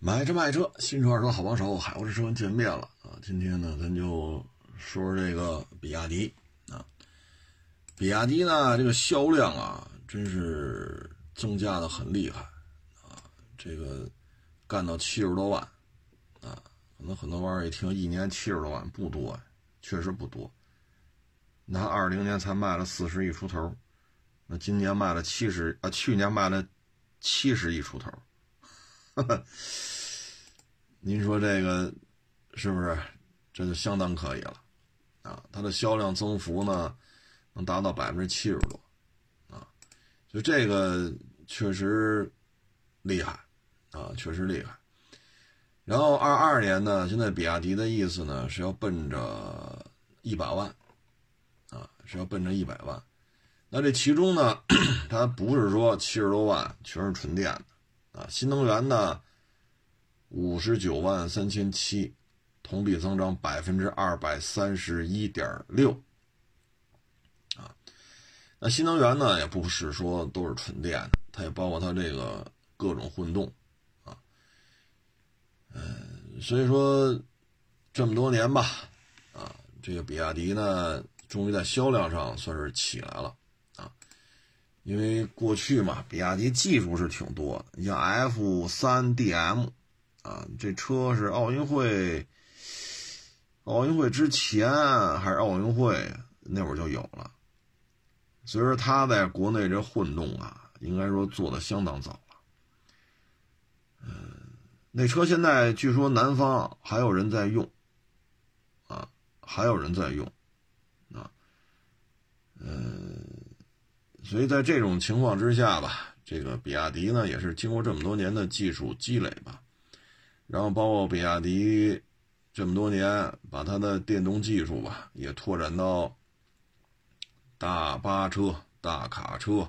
买车卖车，新车二手好帮手，海沃士车见面了啊！今天呢，咱就说说这个比亚迪啊。比亚迪呢，这个销量啊，真是增加的很厉害啊！这个干到70多万啊，可能很多网友一听一年70多万不多呀，确实不多。那20年才卖了40亿出头，那今年卖了去年卖了70亿出头。您说这个是不是这就相当可以了啊？它的销量增幅呢能达到70%多啊，就这个确实厉害啊，确实厉害。然后22年呢，现在比亚迪的意思呢是要奔着100万啊，是要奔着100万。那这其中呢，它不是说70多万全是纯电的啊，新能源呢59.37万，同比增长231.6%啊。那新能源呢，也不是说都是纯电的，它也包括它这个各种混动啊。所以说这么多年吧，啊，这个比亚迪呢，终于在销量上算是起来了啊。因为过去嘛，比亚迪技术是挺多的，你像 F3DM。啊，这车是奥运会之前还是奥运会那会儿就有了，所以说它在国内这混动啊，应该说做的相当早了。那车现在据说南方还有人在用，啊，还有人在用，啊，所以在这种情况之下吧，这个比亚迪呢也是经过这么多年的技术积累吧。然后包括比亚迪这么多年把它的电动技术吧也拓展到大巴车、大卡车，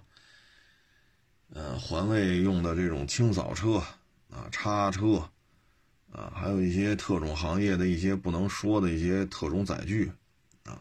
环卫用的这种清扫车啊、叉车啊，还有一些特种行业的一些不能说的一些特种载具啊，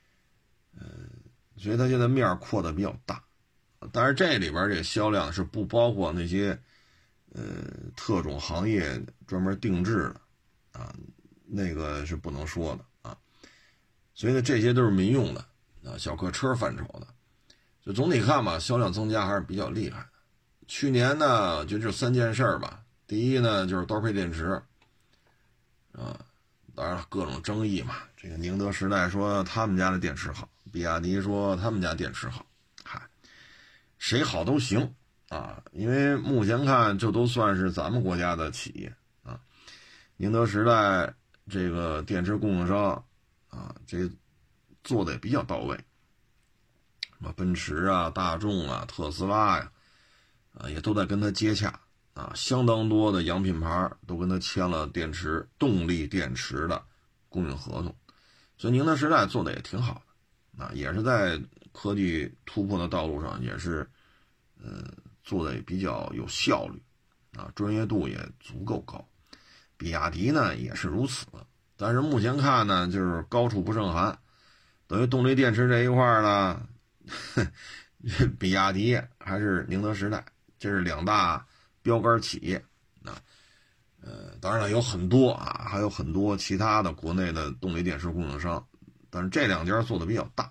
所以它现在面扩得比较大，但是这里边这个销量是不包括那些特种行业专门定制的啊，那个是不能说的啊。所以呢，这些都是民用的啊，小客车范畴的。就总体看吧，销量增加还是比较厉害的。去年呢，就这3件事吧。第一呢，就是刀片电池啊，当然了，各种争议嘛。这个宁德时代说他们家的电池好，比亚迪说他们家电池好，嗨，谁好都行。啊，因为目前看这都算是咱们国家的企业啊，宁德时代这个电池供应商啊，这做的也比较到位，什么奔驰啊、大众啊、特斯拉呀，啊也都在跟他接洽啊，相当多的洋品牌都跟他签了动力电池的供应合同，所以宁德时代做的也挺好的啊，也是在科技突破的道路上也是做的也比较有效率啊，专业度也足够高。比亚迪呢也是如此，但是目前看呢，就是高处不胜寒，等于动力电池这一块呢，比亚迪还是宁德时代，这是2大标杆企业啊。当然了，有很多啊，还有很多其他的国内的动力电池供应商，但是这2家做的比较大。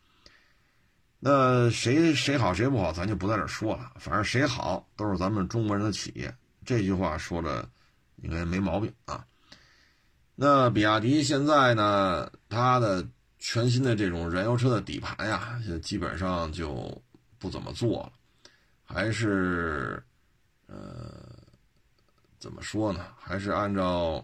那谁好谁不好，咱就不在这说了。反正谁好都是咱们中国人的企业，这句话说的应该没毛病啊。那比亚迪现在呢，它的全新的这种燃油车的底盘呀，现在基本上就不怎么做了，还是怎么说呢？还是按照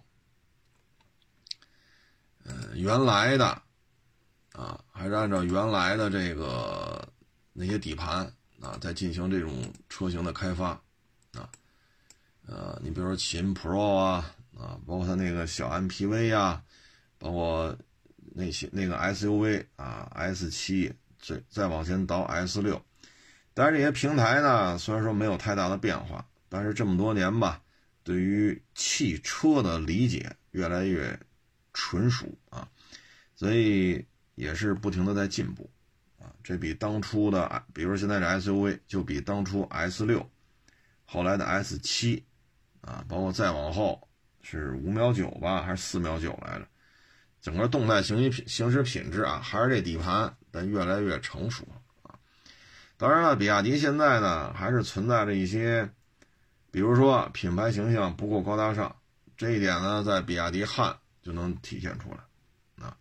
原来的。啊，还是按照原来的这个那些底盘啊，在进行这种车型的开发啊，你比如说起因 Pro 啊，包括它那个小 MPV 啊，包括那个 SUV 啊 ，S7，再往前倒 S6，但是这些平台呢，虽然说没有太大的变化，但是这么多年吧，对于汽车的理解越来越纯熟啊，所以也是不停的在进步啊，这比当初的，比如说现在这 SUV 就比当初 S6，后来的 S7 啊，包括再往后是5.9秒吧，还是4.9秒来着？整个动态行驶品质啊，还是这底盘，但越来越成熟了啊。当然了，比亚迪现在呢，还是存在着一些，比如说品牌形象不够高大上，这一点呢，在比亚迪汉就能体现出来啊。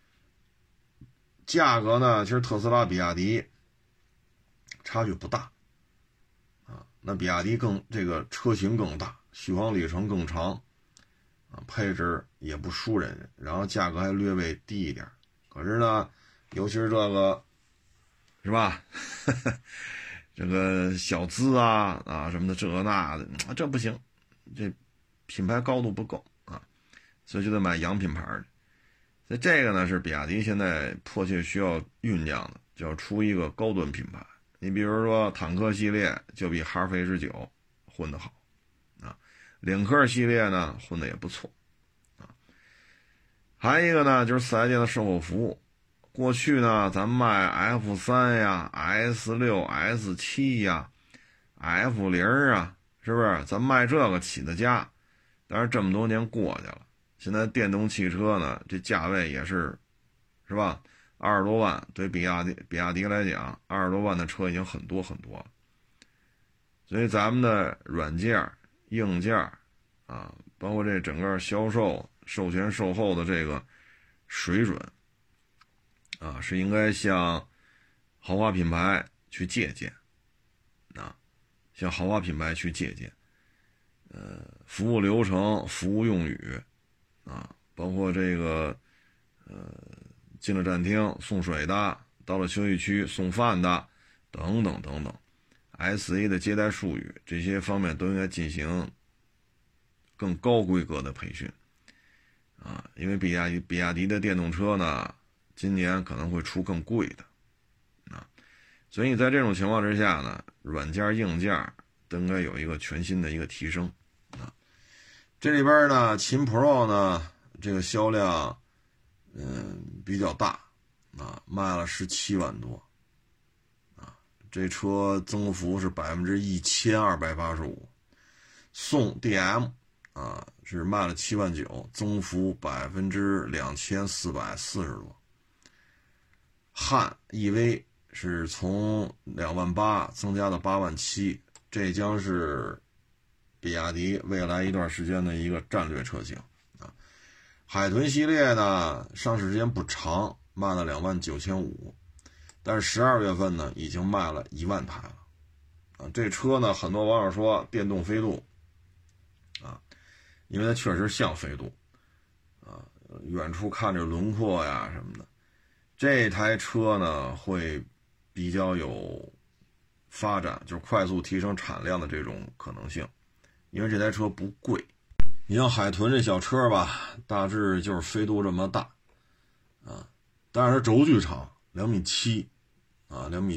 价格呢，其实特斯拉、比亚迪差距不大啊，那比亚迪这个车型更大，续航里程更长。配置也不输人家，然后价格还略微低一点。可是呢，尤其是这个，是吧？这个小资啊什么的，这那的，这不行，这品牌高度不够啊，所以就得买洋品牌的。所以这个呢是比亚迪现在迫切需要酝酿的，就要出一个高端品牌。你比如说坦克系列就比哈弗 H9 混得好。领克系列呢混得也不错啊，还有一个呢就是4S店的售后服务。过去呢咱卖 F3 呀 S6 S7 呀 F0 啊，是不是咱卖这个起的家？但是这么多年过去了，现在电动汽车呢这价位也是吧，20多万，对比亚迪来讲，20多万的车已经很多很多了。所以咱们的软件硬件啊，包括这整个销售、售前、售后的这个水准啊，是应该向豪华品牌去借鉴啊，向豪华品牌去借鉴。服务流程、服务用语啊，包括这个进了站厅送水的，到了休息区送饭的，等等等等。SA 的接待术语，这些方面都应该进行更高规格的培训啊，因为比亚迪的电动车呢，今年可能会出更贵的啊，所以你在这种情况之下呢，软件硬件都应该有一个全新的一个提升啊。这里边呢，秦 Pro 呢，这个销量比较大啊，卖了17万多。这车增幅是1285%，宋 DM 啊是卖了7万9，增幅2440多。汉 EV 是从2万8增加到8万7，这将是比亚迪未来一段时间的一个战略车型啊。海豚系列呢，上市时间不长，卖了2万9500。但是12月份呢，已经卖了1万台了，啊，这车呢，很多网友说电动飞度，啊，因为它确实像飞度，啊，远处看着轮廓呀什么的，这台车呢会比较有发展，就是快速提升产量的这种可能性，因为这台车不贵，你像海豚这小车吧，大致就是飞度这么大，啊，但是它轴距长2.7米。2.7米，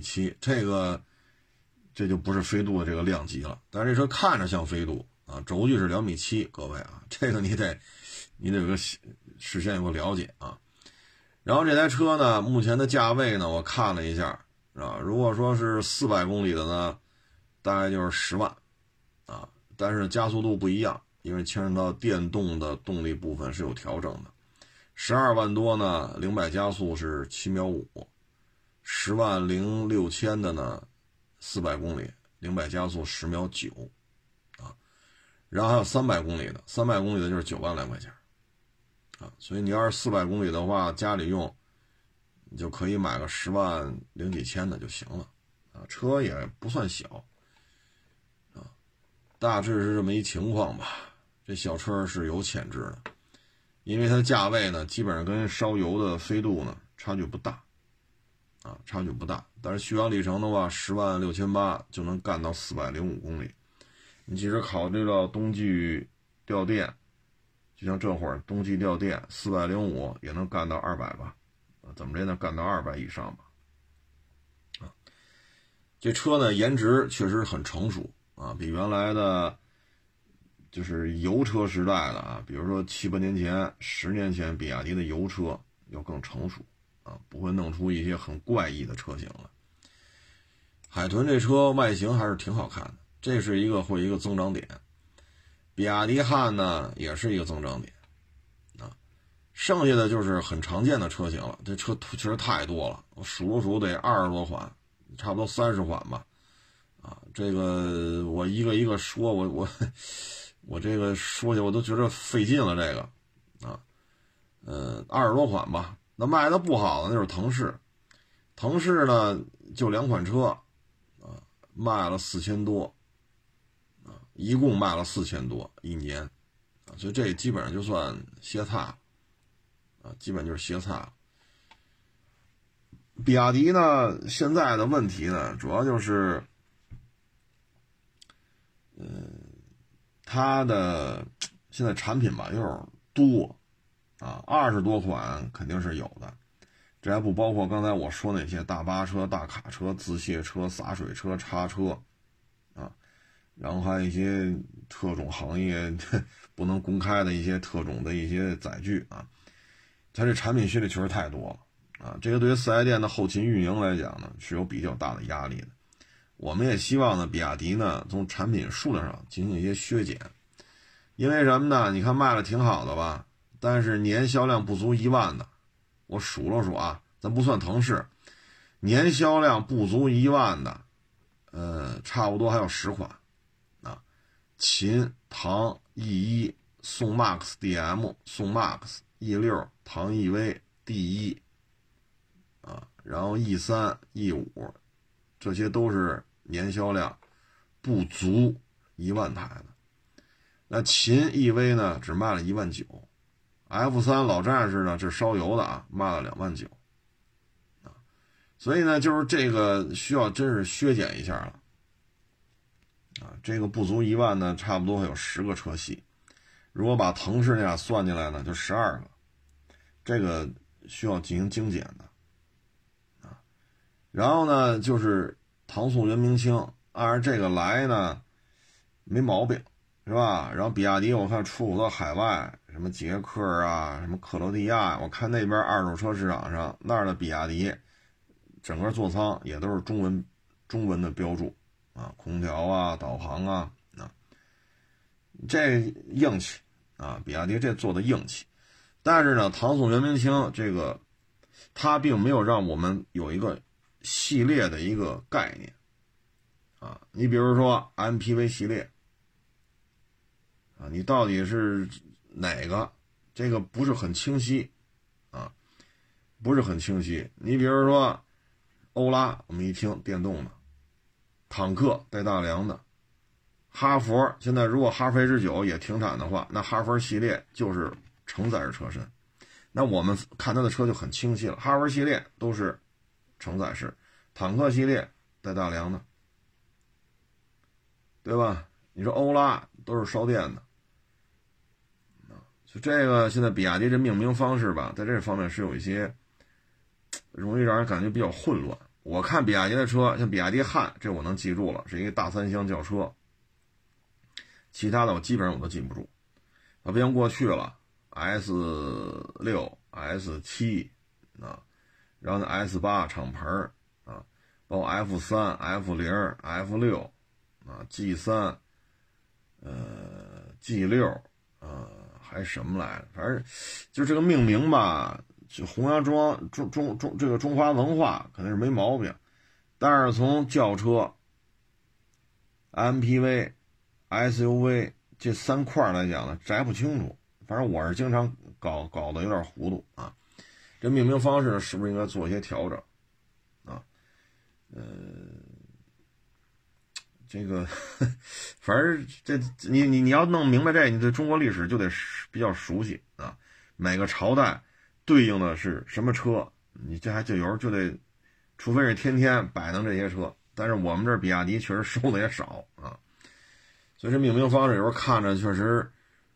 这就不是飞度的这个量级了。但是这车看着像飞度啊，轴距是2.7米，各位啊，这个你得有个事先有个了解啊。然后这台车呢，目前的价位呢，我看了一下啊，如果说是400公里的呢，大概就是10万啊，但是加速度不一样，因为牵扯到电动的动力部分是有调整的。12万多呢，0-100加速是7.5秒。10.6万的呢，400公里0-100加速10.9秒啊，然后还有300公里的，300公里的就是9万来块钱啊，所以你要是400公里的话，家里用你就可以买个10万零几千的就行了啊，车也不算小啊，大致是这么一情况吧。这小车是有潜质的，因为它的价位呢，基本上跟烧油的飞度呢差距不大。差距不大，但是续航里程的话，10.68万就能干到405公里。你即使考虑到冬季掉电，就像这会儿冬季掉电，405也能干到200吧？怎么着呢？干到200以上吧？这车呢，颜值确实很成熟啊，比原来的，就是油车时代的啊，比如说7-8年前、10年前，比亚迪的油车要更成熟。不会弄出一些很怪异的车型了。海豚这车外形还是挺好看的，这是一个增长点。 比亚迪汉呢也是一个增长点啊，剩下的就是很常见的车型了。这车其实太多了，我数了数得20多款，差不多30款吧。啊，这个我一个一个说，我这个说起我都觉得费劲了。这个啊，20多款吧。那卖的不好的那就是腾势，腾势呢就2款车啊，卖了4000多。一共卖了4000多一年，啊，所以这基本上就算歇菜了，啊，基本就是歇菜了。比亚迪呢，现在的问题呢，主要就是，它的现在产品吧有点多，啊，20多款肯定是有的，这还不包括刚才我说那些大巴车、大卡车、自卸车、洒水车、叉车，啊。然后还有一些特种行业不能公开的一些特种的一些载具啊，它这产品序列确实太多了啊，这个对于4S店的后勤运营来讲呢是有比较大的压力的。我们也希望呢，比亚迪呢从产品数量上进行一些削减，因为什么呢？你看卖了挺好的吧，但是年销量不足1万的，我数了数啊，咱不算腾势，年销量不足1万的，差不多还有10款。秦、唐、E1、宋 MAX DM、宋 MAX、E6、唐 EV、D1 啊，然后 E3、E5，这些都是年销量不足1万台的。那秦 EV 呢，只卖了1万9，F3 老战士呢，这烧油的啊，卖了2万9啊，所以呢，就是这个需要真是削减一下了。啊，这个不足1万呢，差不多会有10个车系。如果把腾势那俩算进来呢，就12个。这个需要进行精简的啊。然后呢，就是唐宋元明清，按照这个来呢，没毛病，是吧？然后比亚迪我看出口到海外，什么捷克啊，什么克罗地亚，我看那边二手车市场上那儿的比亚迪，整个座舱也都是中文的标注。啊，空调啊，导航啊，这硬气啊，比亚迪这做的硬气。但是呢，唐宋元明清这个，它并没有让我们有一个系列的一个概念啊。你比如说 MPV 系列啊，你到底是哪个？这个不是很清晰啊，不是很清晰。你比如说欧拉，我们一听电动的。坦克带大梁的，哈佛现在如果哈弗 H9 也停产的话，那哈佛系列就是承载式车身。那我们看它的车就很清晰了，哈佛系列都是承载式，坦克系列带大梁的，对吧？你说欧拉都是烧电的，就这个现在比亚迪这命名方式吧，在这方面是有一些容易让人感觉比较混乱。我看比亚迪的车，像比亚迪汉，这我能记住了，是一个大3厢轿车。其他的我基本上我都记不住。它不像过去了 ，S6、S7 啊，然后呢 S8 敞篷啊，包括 F3、F0、F6 啊 ，G3，G6 还什么来着？反正就这个命名吧。就弘扬这个中华文化可能是没毛病，但是从轿车、MPV、SUV 这3块来讲呢，摘不清楚。反正我是经常搞得有点糊涂啊。这命名方式是不是应该做一些调整啊？这个反正这你要弄明白这，你对中国历史就得比较熟悉啊。每个朝代对应的是什么车？你这就有时候就得，除非是天天摆弄这些车，但是我们这比亚迪确实收的也少啊，所以这命名方式有时候看着确实，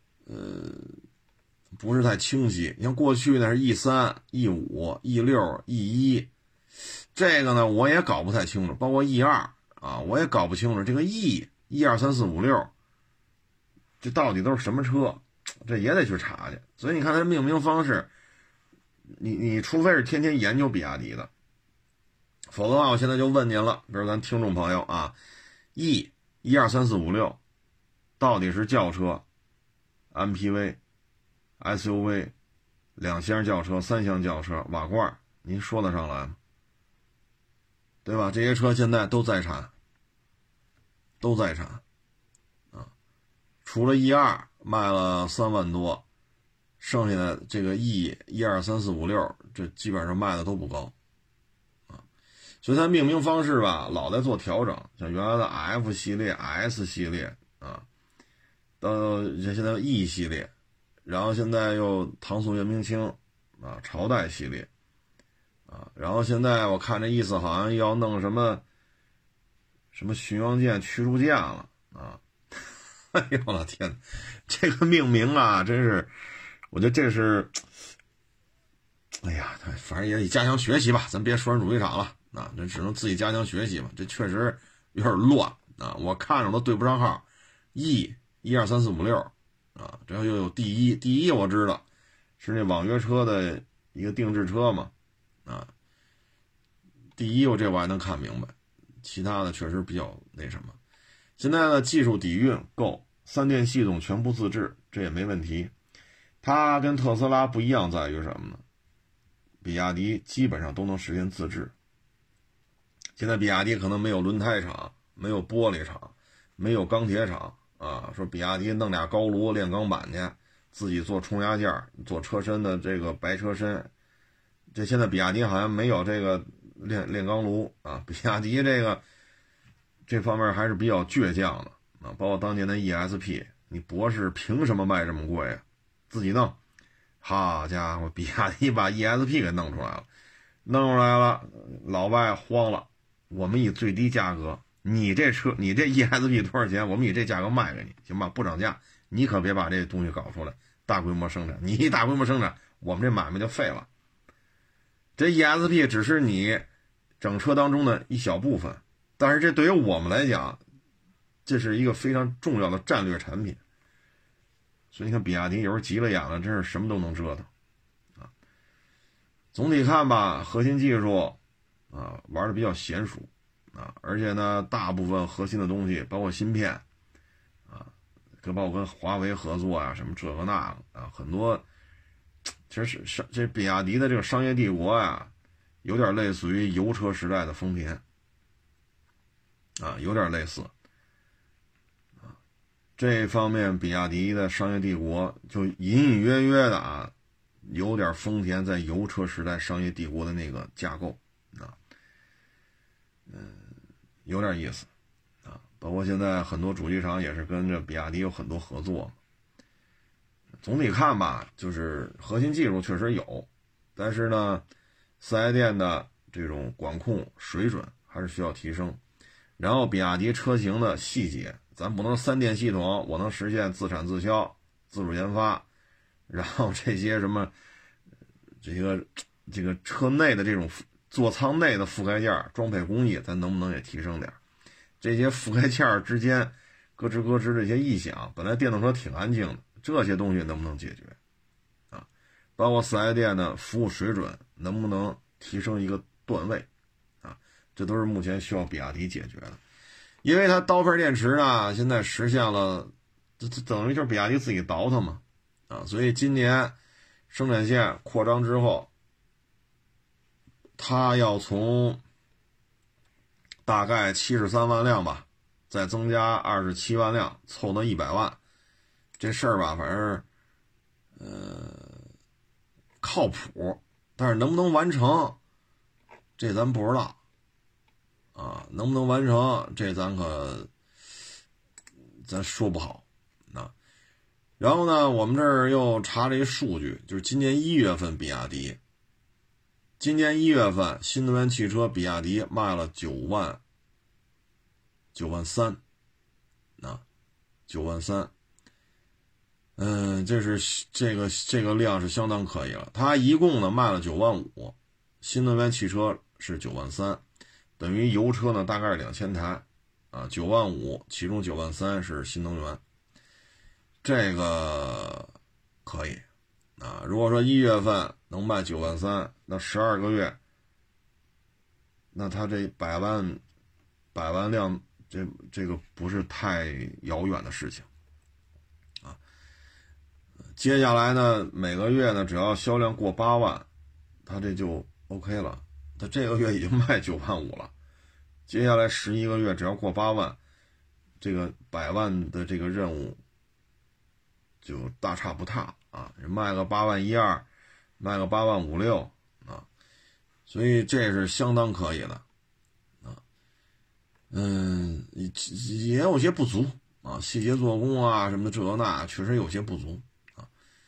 不是太清晰。你像过去呢是 E3、E5、E6、E1，这个呢我也搞不太清楚，包括 E2啊，我也搞不清楚这个 1、2、3、4、5、6，这到底都是什么车？这也得去查去。所以你看它命名方式。你除非是天天研究比亚迪的，否则的话，我现在就问您了，比如咱听众朋友啊，1、2、3、4、5、6到底是轿车 MPV、SUV、2厢轿车、3厢轿车、瓦罐，您说得上来吗？对吧？这些车现在都在产，啊，除了 E2 卖了3万多，剩下的这个 E 1、2、3、4、5、6，这基本上卖的都不高，啊，所以它命名方式吧，老在做调整，像原来的 F 系列、S 系列啊，到现在 E 系列，然后现在又唐宋元明清啊，朝代系列啊，然后现在我看这意思好像要弄什么巡洋舰、驱逐舰了啊！哎呦我的天，这个命名啊，真是，我觉得这是，哎呀，反正也得加强学习吧，咱别说人主机厂了啊，这只能自己加强学习吧，这确实有点乱啊，我看着都对不上号 ，E 1、2、3、4、5、6啊，这又有第一我知道是那网约车的一个定制车嘛，啊，第一我还能看明白，其他的确实比较那什么。现在的技术底蕴够，3电系统全部自制，这也没问题。它跟特斯拉不一样在于什么呢？比亚迪基本上都能实现自制。现在比亚迪可能没有轮胎厂，没有玻璃厂，没有钢铁厂啊，说比亚迪弄俩高炉炼钢板去，自己做冲压件，做车身的这个白车身。这现在比亚迪好像没有这个炼钢炉啊，比亚迪这方面还是比较倔强的啊，包括当年的 ESP， 你博士凭什么卖这么贵啊？自己弄，好家伙，比亚迪把 ESP 给弄出来了，老外慌了，我们以最低价格，你这 ESP 多少钱？我们以这价格卖给你，行吧？不涨价，你可别把这东西搞出来，大规模生产，你一大规模生产，我们这买卖就废了。这 ESP 只是你整车当中的一小部分，但是这对于我们来讲，这是一个非常重要的战略产品。所以你看比亚迪有时候急了眼了，真是什么都能折腾啊。总体看吧，核心技术啊玩的比较娴熟啊，而且呢大部分核心的东西包括芯片啊，包括跟华为合作啊什么这个那个啊，很多其实是这比亚迪的这个商业帝国啊，有点类似于油车时代的丰田啊，有点类似啊。这方面比亚迪的商业帝国就隐隐约约的啊，有点丰田在油车时代商业帝国的那个架构啊，有点意思啊。包括现在很多主机厂也是跟着比亚迪有很多合作。总体看吧，就是核心技术确实有，但是呢，4S店的这种管控水准还是需要提升。然后比亚迪车型的细节，咱不能3电系统我能实现自产自销、自主研发，然后这些什么这个车内的这种座舱内的覆盖件、装配工艺，咱能不能也提升点？这些覆盖件之间咯吱咯吱这些异响，本来电动车挺安静的。这些东西能不能解决啊？包括4S店的服务水准能不能提升一个段位啊？这都是目前需要比亚迪解决的。因为它刀片电池呢，现在实现了，这等于就是比亚迪自己倒腾嘛啊，所以今年生产线扩张之后，它要从大概73万辆吧，再增加27万辆，凑到100万。这事儿吧，反正，靠谱，但是能不能完成，这咱不知道，啊，能不能完成，这咱说不好，啊。然后呢，我们这儿又查了一数据，就是今年1月份，今年1月份新能源汽车比亚迪卖了9万3，啊，9万3。这个量是相当可以了。它一共呢卖了9万5，新能源汽车是9万3，等于油车呢大概是2000台啊，9万5，其中9万3是新能源，这个可以啊。如果说1月份能卖9万3，那12个月，那它这百万辆，这个不是太遥远的事情。 接下来呢，每个月呢，只要销量过8万，它这就 OK 了。它这个月已经卖9万5了，接下来11个月只要过8万，这个100万的这个任务就大差不差啊，卖个8万12，卖个8万56啊，所以这是相当可以的啊。也有些不足啊，细节做工啊什么的这那确实有些不足啊。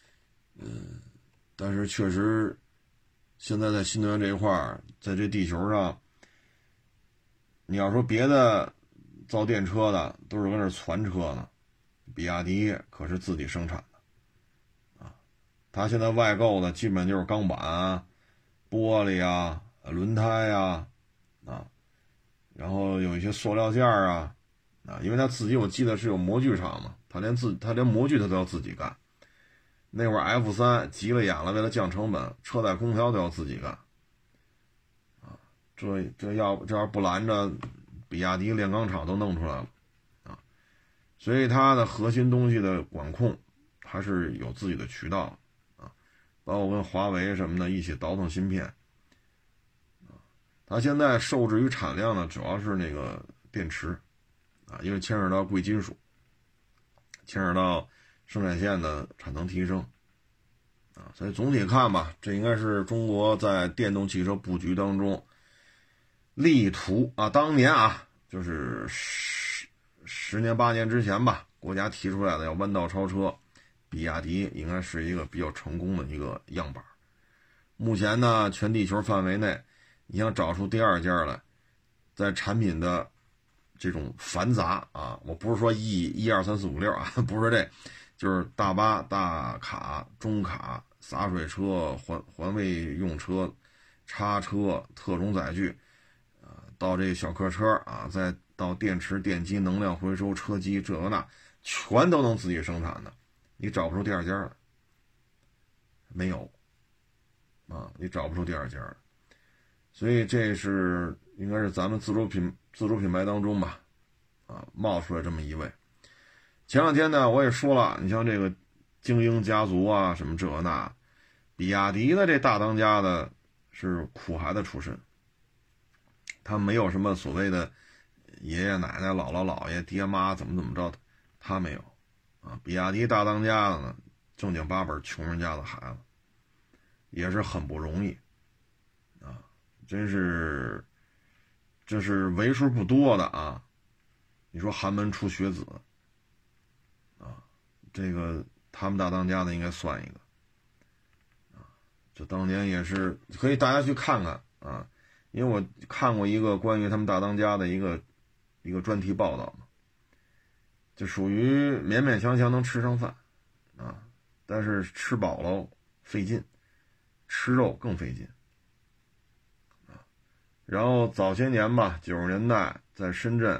但是确实现在在新能源这一块，在这地球上，你要说别的造电车的都是跟那传车呢，比亚迪可是自己生产的啊。它现在外购的基本就是钢板啊、玻璃啊、轮胎啊，然后有一些塑料件啊，因为他自己我记得是有模具厂嘛，他连模具他都要自己干。那会儿 F3 急了眼了，为了降成本，车载空调都要自己干啊。这要不拦着，比亚迪炼钢厂都弄出来了啊。所以它的核心东西的管控还是有自己的渠道啊，包括跟华为什么的一起倒腾芯片啊。它现在受制于产量呢，主要是那个电池啊，因为牵扯到贵金属，牵扯到生产线的产能提升啊，所以总体看吧，这应该是中国在电动汽车布局当中力图啊，当年啊，就是十年8年之前吧，国家提出来的要弯道超车，比亚迪应该是一个比较成功的一个样板。目前呢，全地球范围内，你想找出第2家来，在产品的这种繁杂啊，我不是说1、2、3、4、5、6啊，不是说这，就是大巴、大卡、中卡、洒水车、环卫用车、叉车、特种载具，到这个小客车啊，再到电池、电机、能量回收、车机，这个那，全都能自己生产的，你找不出第2家来，没有啊，你找不出第2家来。所以这是应该是咱们自主品牌当中吧，冒出来这么一位。前2天呢，我也说了，你像这个精英家族啊，什么这那，比亚迪的这大当家的是苦孩子出身，他没有什么所谓的爷爷奶奶、姥姥姥爷、爹妈怎么着的，他没有啊。比亚迪大当家的呢，正经八本穷人家的孩子，也是很不容易啊。真是，这是为数不多的啊！你说寒门出学子啊，这个他们大当家的应该算一个啊。这当年也是可以大家去看看啊，因为我看过一个关于他们大当家的一个专题报道嘛，就属于勉勉强强能吃上饭啊，但是吃饱了费劲，吃肉更费劲。然后早些年吧，90年代在深圳，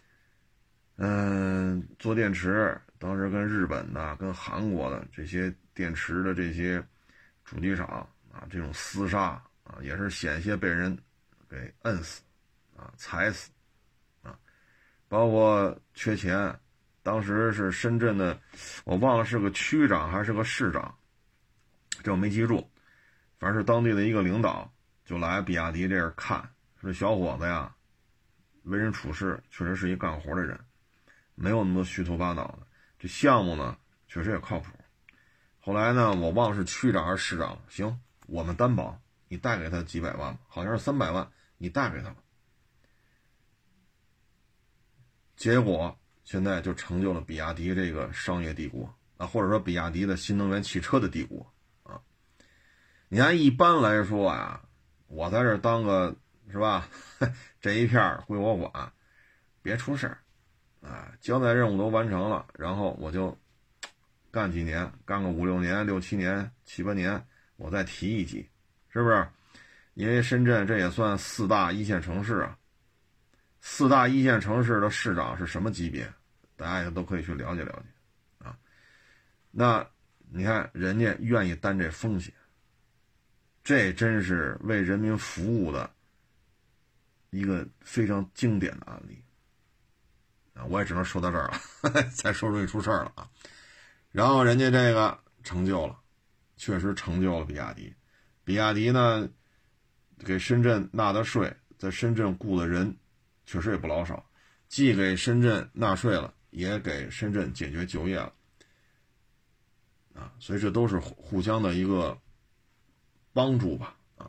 做电池，当时跟日本的、跟韩国的这些电池的这些主机厂啊，这种厮杀啊，也是险些被人给摁死啊、踩死啊，包括缺钱，当时是深圳的，我忘了是个区长还是个市长，这我没记住，反正是当地的一个领导就来比亚迪这儿看。这小伙子呀，为人处事确实是一干活的人，没有那么多虚头巴脑的。这项目呢，确实也靠谱。后来呢，我忘了是区长还是市长，行，我们担保，你贷给他几百万，好像是300万，你贷给他吧。结果现在就成就了比亚迪这个商业帝国啊，或者说比亚迪的新能源汽车的帝国啊。你看，一般来说啊，我在这当个。是吧？这一片归我管，别出事儿，交代任务都完成了，然后我就干几年，干个5、6年、6、7年、7、8年，我再提一级，是不是？因为深圳这也算4大一线城市啊，4大一线城市的市长是什么级别，大家也都可以去了解了解啊。那你看人家愿意担这风险，这真是为人民服务的一个非常经典的案例啊！我也只能说到这儿了，再说容易出事儿了啊。然后人家这个成就了，确实成就了比亚迪。比亚迪呢，给深圳纳的税，在深圳雇的人确实也不老少，既给深圳纳税了，也给深圳解决就业了啊，所以这都是互相的一个帮助吧啊。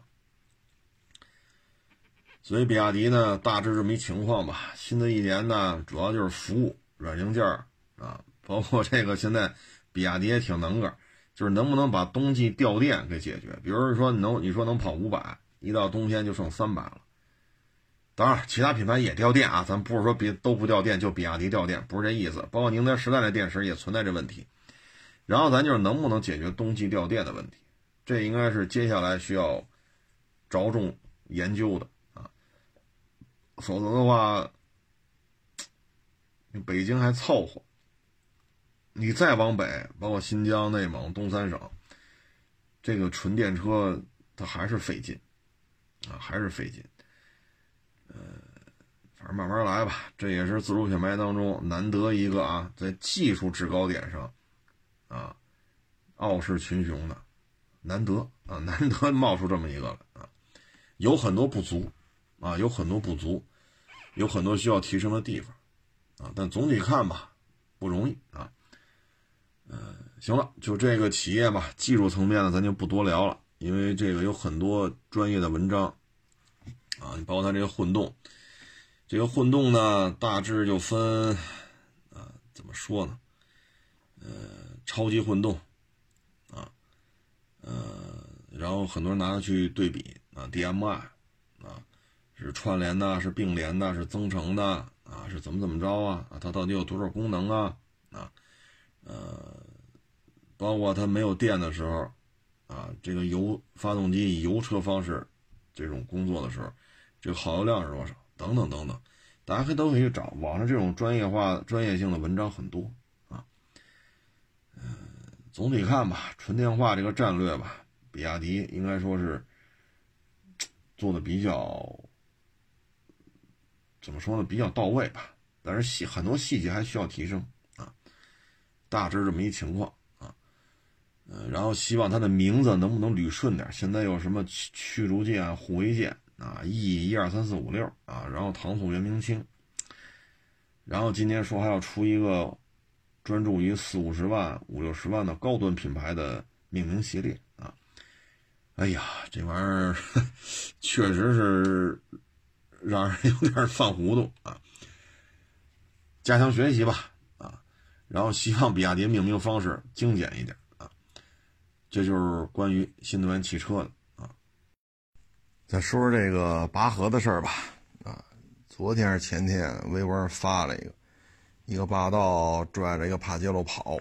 所以比亚迪呢，大致这么一情况吧。新的一年呢，主要就是服务软硬件啊，包括这个现在比亚迪也挺能个，就是能不能把冬季掉电给解决。比如说你说能跑500，一到冬天就剩300了。当然，其他品牌也掉电啊，咱不是说都不掉电，就比亚迪掉电，不是这意思。包括宁德时代的电池也存在这问题。然后咱就是能不能解决冬季掉电的问题，这应该是接下来需要着重研究的啊。否则的话，北京还凑合，你再往北，包括新疆、内蒙、东三省，这个纯电车它还是费劲啊，还是费劲。反正慢慢来吧，这也是自主品牌当中难得一个啊，在技术制高点上啊，傲视群雄的，难得啊，难得冒出这么一个来啊，有很多不足啊，有很多不足，有很多需要提升的地方啊，但总体看吧，不容易啊。行了，就这个企业吧，技术层面呢，咱就不多聊了，因为这个有很多专业的文章啊，你包括它这个混动。这个混动呢，大致就分，怎么说呢？超级混动，然后很多人拿它去对比啊 ，DMI 啊，是串联的，是并联的，是增程的啊，是怎么着啊？它到底有多少功能啊？包括它没有电的时候啊，这个发动机以油车方式这种工作的时候，这个耗油量是多少？等等等等，大家都可以找网上这种专业性的文章很多啊。总体看吧，纯电化这个战略吧，比亚迪应该说是做的比较，怎么说呢，比较到位吧。但是很多细节还需要提升啊。大致这么一情况啊。然后希望它的名字能不能捋顺点。现在有什么驱逐舰、护卫舰啊，E 12345啊，然后唐宋元明清，然后今天说还要出一个专注于40-50万、50-60万的高端品牌的命名系列啊。哎呀，这玩意儿确实是让人有点犯糊涂啊。加强学习吧啊，然后希望比亚迪命名方式精简一点啊。这就是关于新能源汽车的啊。再说说这个拔河的事儿吧啊，昨天是前天微博上发了一个霸道拽着一个帕杰罗跑，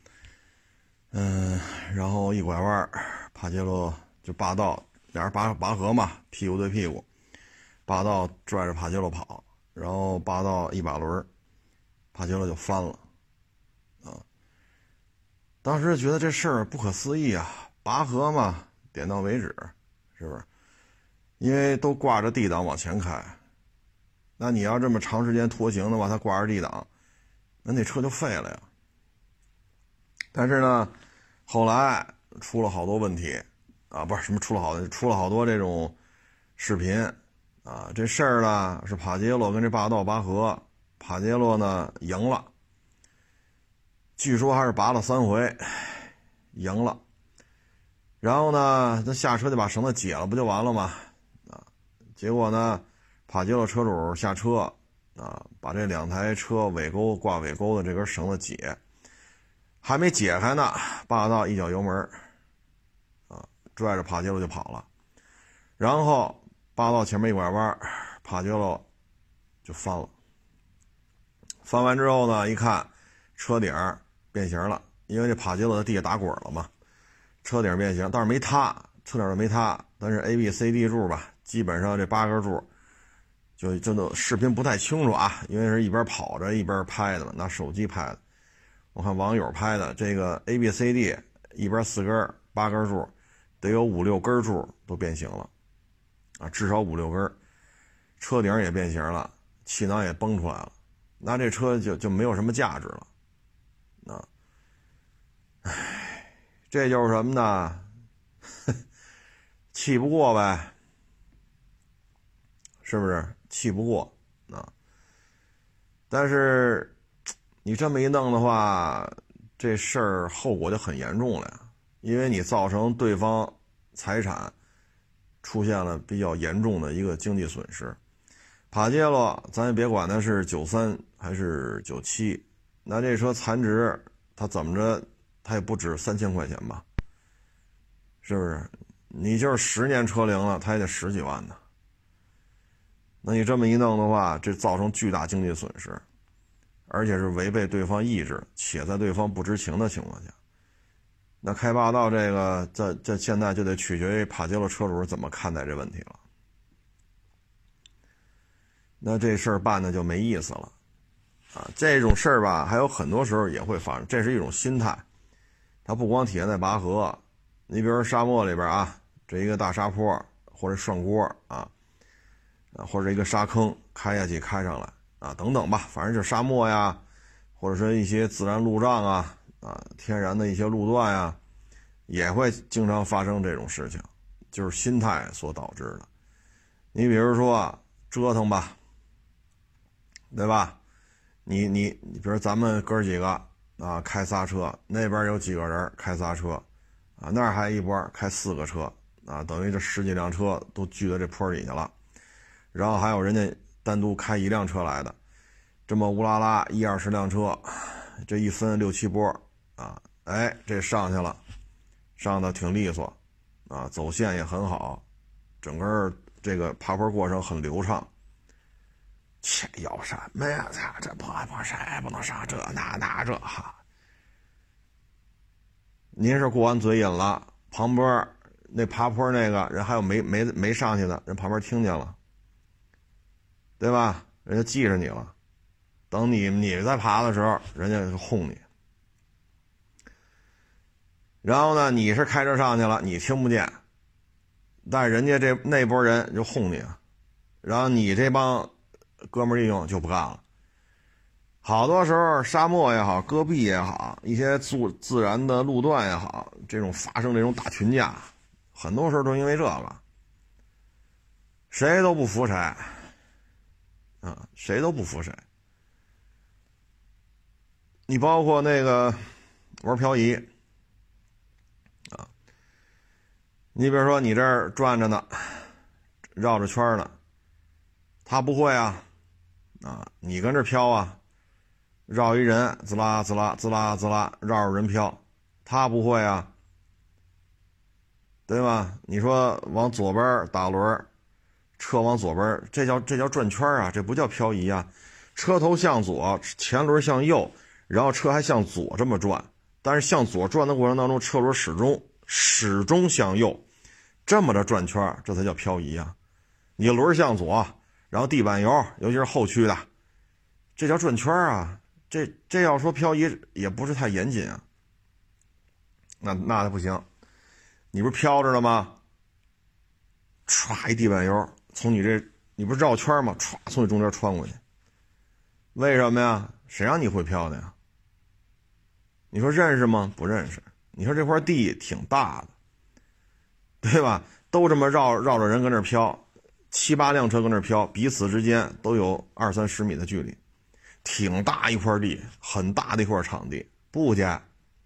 然后一拐弯，帕杰罗就霸道俩人拔河嘛，屁股对屁股，霸道拽着帕杰罗跑，然后霸道一把轮，帕杰罗就翻了啊。当时觉得这事儿不可思议啊，拔河嘛，点到为止，是不是？因为都挂着 D 档往前开，那你要这么长时间拖行的话，它挂着 D 档，那车就废了呀。但是呢，后来出了好多问题啊，不是什么出了好多这种视频啊。这事儿呢是帕杰罗跟这霸道拔河，帕杰罗呢赢了，据说还是拔了3回，赢了。然后呢，他下车就把绳子解了，不就完了吗？啊，结果呢，帕杰罗车主下车啊，把这2台车挂尾钩的这根绳子解，还没解开呢，霸道一脚油门啊，拽着帕杰罗就跑了。然后霸道前面一拐弯，帕杰罗就翻了。翻完之后呢，一看车顶变形了，因为这帕杰罗在地下打滚了嘛，车顶变形，但是没塌，车顶没塌，但是 A、B、C、D 柱吧，基本上这8根柱就真的视频不太清楚啊，因为是一边跑着一边拍的嘛，拿手机拍的。我看网友拍的这个 A、B、C、D 一边4根8根柱，得有5-6根柱都变形了啊，至少5-6根，车顶也变形了，气囊也崩出来了，那这车就没有什么价值了啊。 这就是什么呢？气不过呗，是不是？气不过啊！但是你这么一弄的话，这事儿后果就很严重了呀，因为你造成对方财产出现了比较严重的一个经济损失。帕杰罗咱也别管它是93还是97，那这车残值它怎么着它也不止3000块钱吧，是不是？你就是10年车龄了，它也得10几万呢。那你这么一弄的话，这造成巨大经济损失，而且是违背对方意志，且在对方不知情的情况下。那开霸道这个，这现在就得取决于帕杰罗车主怎么看待这问题了。那这事儿办的就没意思了啊！这种事儿吧，还有很多时候也会发生，这是一种心态，它不光体现在拔河。你比如说沙漠里边啊，这一个大沙坡或者涮锅啊，或者一个沙坑开下去开上来啊，等等吧，反正就是沙漠呀，或者说一些自然路障啊，天然的一些路段呀，也会经常发生这种事情，就是心态所导致的。你比如说折腾吧，对吧？你比如咱们哥几个啊，开仨车，那边有几个人开仨车啊，那儿还一波开4个车啊，等于这10几辆车都聚到这坡里去了。然后还有人家单独开1辆车来的，这么乌拉拉1-20辆车，这一分6、7波啊，哎，这上去了，上的挺利索啊，走线也很好，整个这个爬坡过程很流畅。切，要什么呀？这爬坡谁不能上这那这哈？您是过完嘴瘾了，旁边那爬坡那个人还有没上去的人，旁边听见了，对吧？人家记着你了，等你在爬的时候，人家就轰你。然后呢，你是开车上去了，你听不见，但是人家那波人就轰你啊，然后你这帮哥们儿弟兄就不干了。好多时候沙漠也好，戈壁也好，一些自然的路段也好，这种发生这种打群架，很多时候都因为这个，谁都不服谁啊，谁都不服谁。你包括那个玩漂移啊，你比如说你这儿转着呢，绕着圈呢，他不会啊，你跟这飘啊，绕一人，滋啦滋啦滋啦滋啦，绕着人飘，他不会啊，对吧？你说往左边打轮，车往左边，这叫转圈啊，这不叫漂移啊。车头向左，前轮向右，然后车还向左这么转，但是向左转的过程当中，车轮始终向右，这么着转圈，这才叫漂移啊。你轮向左，然后地板油，尤其是后驱的，这叫转圈啊。这要说漂移也不是太严谨啊。那不行，你不是飘着呢吗？歘一地板油从你不是绕圈吗？歘从你中间穿过去。为什么呀？谁让你会飘的呀？你说认识吗？不认识。你说这块地挺大的，对吧？都这么绕着人跟这飘，7、8辆车跟这飘，彼此之间都有20、30米的距离，挺大一块地，很大的一块场地，不加，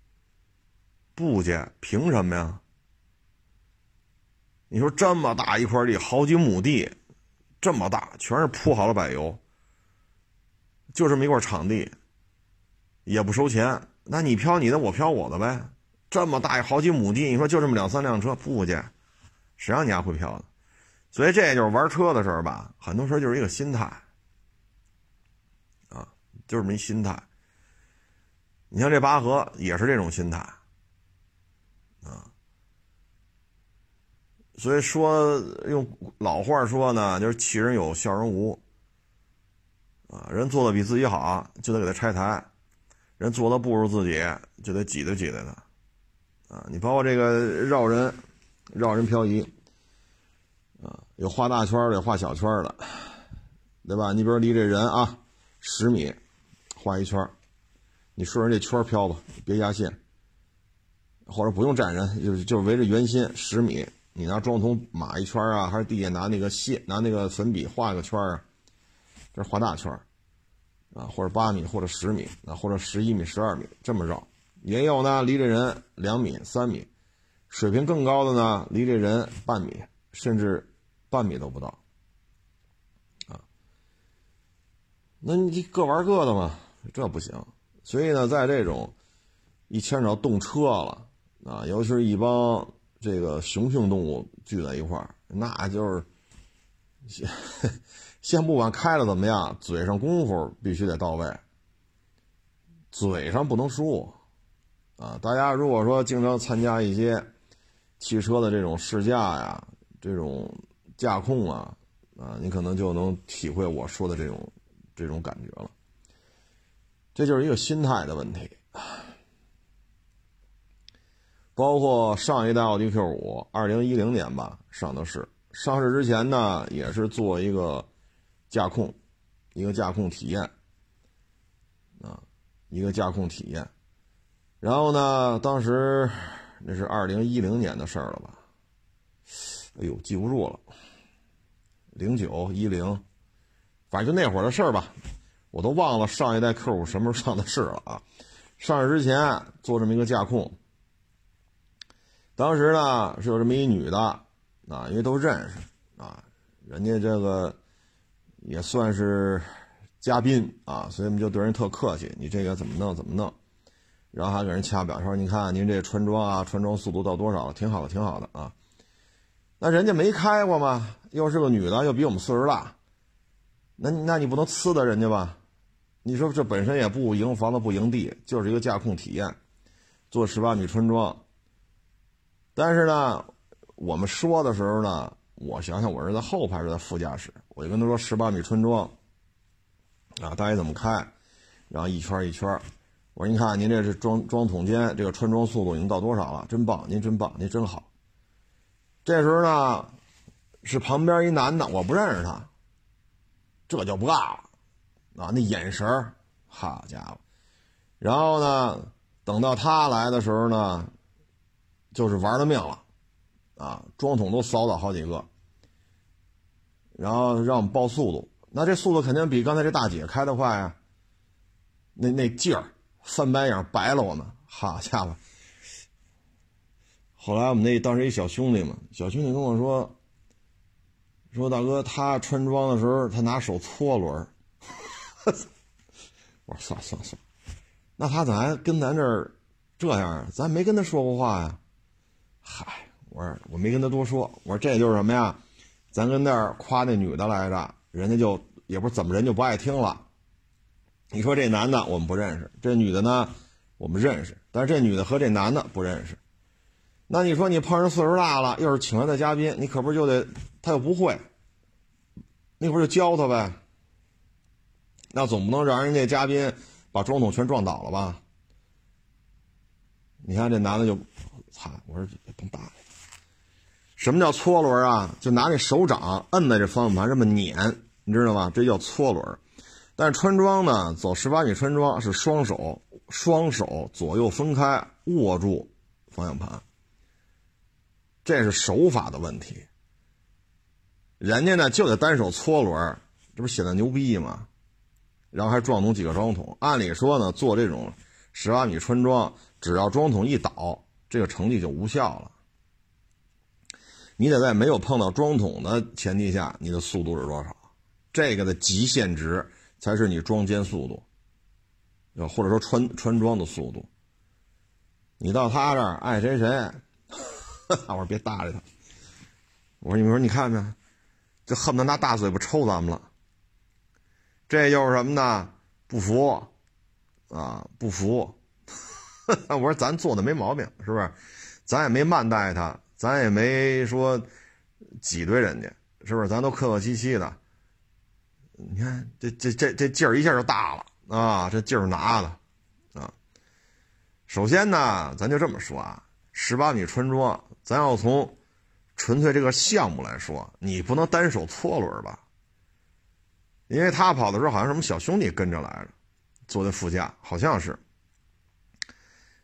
凭什么呀？你说这么大一块地，好几亩地，这么大，全是铺好了柏油，就这么一块场地，也不收钱，那你飘你的，我飘我的呗。这么大好几亩地，你说就这么2、3辆车，不加，谁让你还会飘的？所以这就是玩车的时候吧，很多时候就是一个心态啊，就是没心态。你像这拔河也是这种心态啊。所以说用老话说呢，就是气人有笑人无啊，人做的比自己好就得给他拆台，人做的不如自己就得挤兑他啊。你包括这个绕人漂移啊，有画大圈的，有画小圈的，对吧？你比如离这人啊10米画一圈，你顺着这圈飘吧，别压线或者不用沾人，就是围着圆心10米，你拿桩桶码一圈啊，还是地下拿那个粉笔画个圈啊，这是画大圈啊，或者8米或者10米啊，或者11米12米这么绕。也有呢离这人2米3米，水平更高的呢离这人半米甚至半米都不到啊。那你各玩各的嘛，这不行。所以呢，在这种一牵扯到动车了啊，尤其是一帮这个雄性动物聚在一块儿，那就是先不管开了怎么样，嘴上功夫必须得到位，嘴上不能输啊。大家如果说经常参加一些汽车的这种试驾呀，这种驾控啊，你可能就能体会我说的这种感觉了。这就是一个心态的问题。包括上一代奥迪 Q5 2010年吧上的市，上市之前呢也是做一个驾控体验啊，一个驾控体验。然后呢当时那是2010年的事儿了吧，哎呦记不住了，09、10，反正就那会儿的事儿吧，我都忘了上一代 Q5 什么时候上的市了啊。上市之前做这么一个驾控，当时呢是有这么一女的啊，因为都认识啊，人家这个也算是嘉宾啊，所以我们就对人特客气，你这个怎么弄，然后还给人掐表，说你看您这穿装速度到多少了，挺好的啊。那人家没开过嘛，又是个女的，又比我们岁数大，那你不能呲的人家吧？你说这本身也不赢房子不赢地，就是一个驾控体验，做18米穿装。但是呢我们说的时候呢，我想想我是在后排，是在副驾驶，我就跟他说18米穿装啊，大概怎么开，然后一圈一圈，我说你看您这是装桶间这个穿装速度已经到多少了，真棒，您真棒，您真好。这时候呢是旁边一男的，我不认识他，这就不干了啊，那眼神好家伙。然后呢等到他来的时候呢，就是玩了命了啊，装桶都扫倒好几个，然后让我们报速度。那这速度肯定比刚才这大姐开的快啊，那劲儿翻白眼白了我们，好家伙。后来我们当时一小兄弟嘛，小兄弟跟我说大哥，他穿装的时候他拿手搓轮我说算，那他咋还跟咱这儿这样，咱没跟他说过话呀。嗨，我说我没跟他多说，我说这就是什么呀，咱跟那儿夸那女的来着，人家就也不是怎么人就不爱听了。你说这男的我们不认识，这女的呢我们认识，但是这女的和这男的不认识。那你说你碰上岁数大了，又是请来的嘉宾，你可不是就得，他又不会，那会儿就教他呗。那总不能让人家嘉宾把装桶全撞倒了吧？你看这男的就操，我说甭打了。什么叫搓轮啊？就拿那手掌摁在这方向盘这么碾，你知道吗？这叫搓轮。但是穿装呢，走18米穿装是双手左右分开握住方向盘，这是手法的问题。人家呢就得单手搓轮，这不显得牛逼吗？然后还撞懂几个装桶。按理说呢，做这种18米穿装，只要装桶一倒，这个成绩就无效了。你得在没有碰到装桶的前提下，你的速度是多少？这个的极限值才是你装间速度，或者说穿装的速度。你到他这儿爱谁谁，我说别搭理他。我说你看着，就恨不得拿大嘴巴抽咱们了。这就是什么呢？不服啊，不服。我说咱做的没毛病，是不是？咱也没慢待他，咱也没说挤兑人家，是不是？咱都客客气气的。你看这劲儿一下就大了啊！这劲儿拿的啊。首先呢，咱就这么说啊，18米穿装，咱要从纯粹这个项目来说，你不能单手搓轮吧？因为他跑的时候好像什么小兄弟跟着来着，坐在副驾，好像是。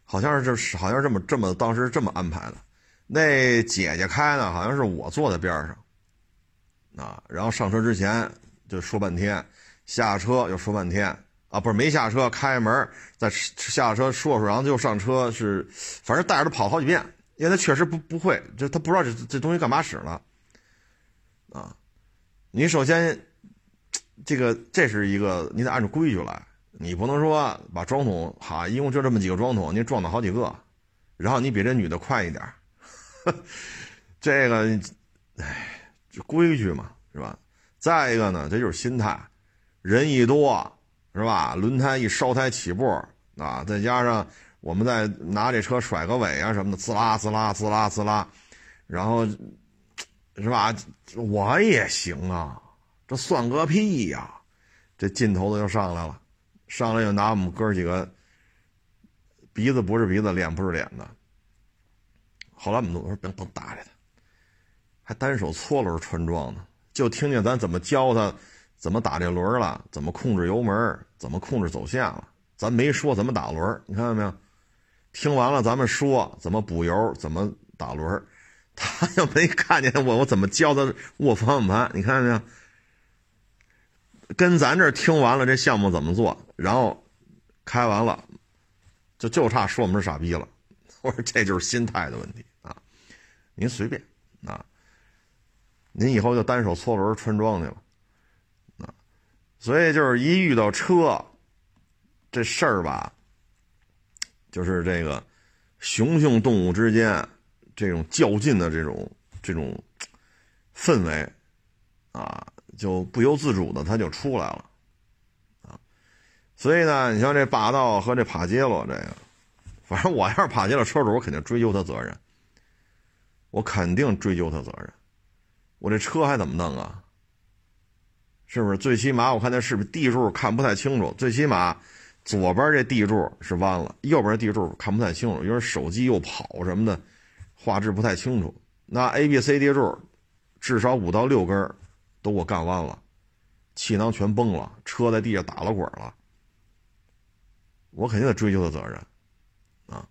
好像是这么当时这么安排的。那姐姐开呢，好像是我坐在边上啊，然后上车之前就说半天，下车又说半天啊，不是没下车，开门再下车说，然后就上车，是反正带着他跑了好几遍，因为他确实不会，就他不知道这东西干嘛使了啊。你首先这是一个，你得按照规矩来，你不能说把装桶一共就这么几个装桶，你撞到好几个，然后你比这女的快一点，这个，这规矩嘛，是吧？再一个呢，这就是心态，人一多，是吧？轮胎一烧胎起步啊，再加上我们再拿这车甩个尾啊什么的，滋啦滋啦滋啦滋啦，然后是吧？我也行啊，这算个屁呀！这劲头子就上来了，上来就拿我们哥几个鼻子不是鼻子，脸不是脸的。后来我们都说甭搭理他，还单手搓轮穿撞呢，就听见咱怎么教他怎么打这轮了，怎么控制油门，怎么控制走线了，咱没说怎么打轮，你看到没有？听完了咱们说怎么补油，怎么打轮，他又没看见我怎么教他握方向盘，你看见没有？跟咱这听完了这项目怎么做，然后开完了就差说我们是傻逼了。我说这就是心态的问题啊，您随便啊，您以后就单手搓轮穿桩去了啊。所以就是一遇到车这事儿吧，就是这个熊熊动物之间这种较劲的这种氛围啊，就不由自主的它就出来了啊。所以呢，你像这霸道和这帕杰罗这个，反正我要是帕杰罗车主，我肯定追究他责任，我肯定追究他责任。我这车还怎么弄啊？是不是？最起码我看那视频地柱看不太清楚，最起码左边这地柱是弯了，右边地柱看不太清楚，因为手机又跑什么的，画质不太清楚。那 A、B、C 地柱至少5到6根都给我干弯了，气囊全崩了，车在地下打了滚了，我肯定得追究他责任啊。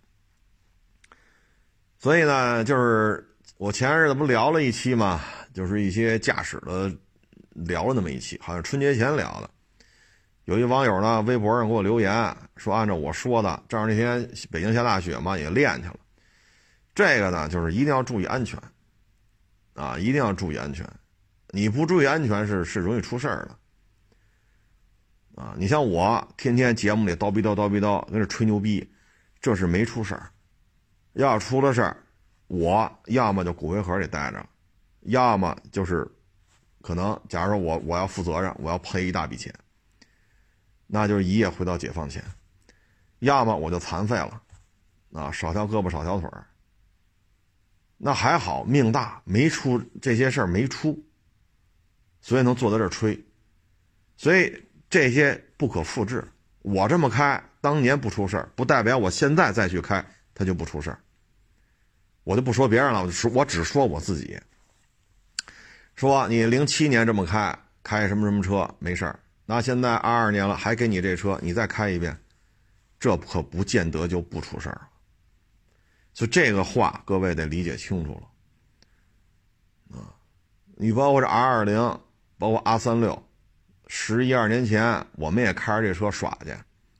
所以呢，就是我前日子不聊了一期嘛，就是一些驾驶的聊了那么一期，好像春节前聊的。有一网友呢，微博上给我留言说，按照我说的，正好那天北京下大雪嘛，也练去了。这个呢，就是一定要注意安全啊，一定要注意安全。你不注意安全是容易出事儿的啊。你像我天天节目里叨逼叨叨逼叨跟这吹牛逼，这是没出事儿。要出了事儿，我要么就骨灰盒里待着，要么就是可能假如说我要负责任，我要赔一大笔钱，那就是一夜回到解放前，要么我就残废了啊，少条胳膊少条腿儿。那还好命大，没出这些事儿，没出，所以能坐在这儿吹。所以这些不可复制，我这么开当年不出事儿，不代表我现在再去开它就不出事儿。我就不说别人了，我只说我自己。说你07年这么开什么什么车没事儿，那现在22年了还给你这车，你再开一遍，这可不见得就不出事儿了。所以这个话各位得理解清楚了啊！你包括这 R20， 包括 R36， 11、12年前我们也开着这车耍去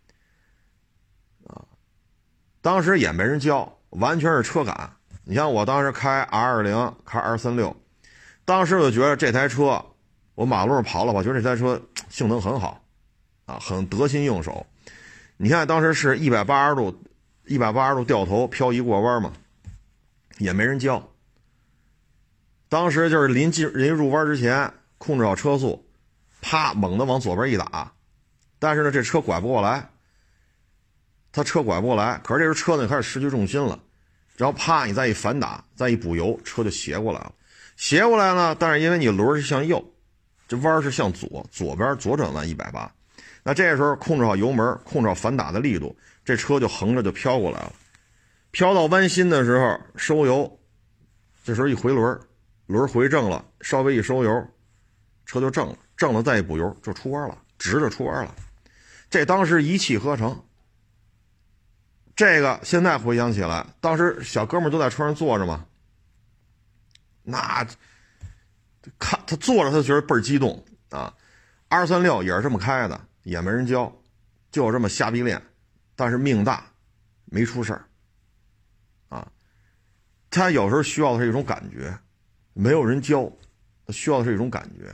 啊，当时也没人教，完全是车感。你像我当时开 R20， 开 R36， 当时我就觉得这台车，我马路上跑了，我觉得这台车性能很好啊，很得心应手。你看当时是180度掉头漂移过弯嘛，也没人教。当时就是临入弯之前控制好车速，啪猛地往左边一打，但是呢这车拐不过来，可是这时候车呢开始失去重心了，然后啪你再一反打，再一补油，车就斜过来了，但是因为你轮是向右，这弯是向左边左转弯180，那这时候控制好油门，控制好反打的力度，这车就横着就飘过来了，飘到弯心的时候收油，这时候一回轮回正了，稍微一收油，车就正了再一补油就出弯了，直着出弯了。这当时一气呵成， 这个现在回想起来，当时小哥们都在车上坐着嘛，那看他坐着他就觉得倍儿激动啊。236也是这么开的，也没人教，就这么瞎逼练，但是命大，没出事儿啊。他有时候需要的是一种感觉，没有人教，他需要的是一种感觉。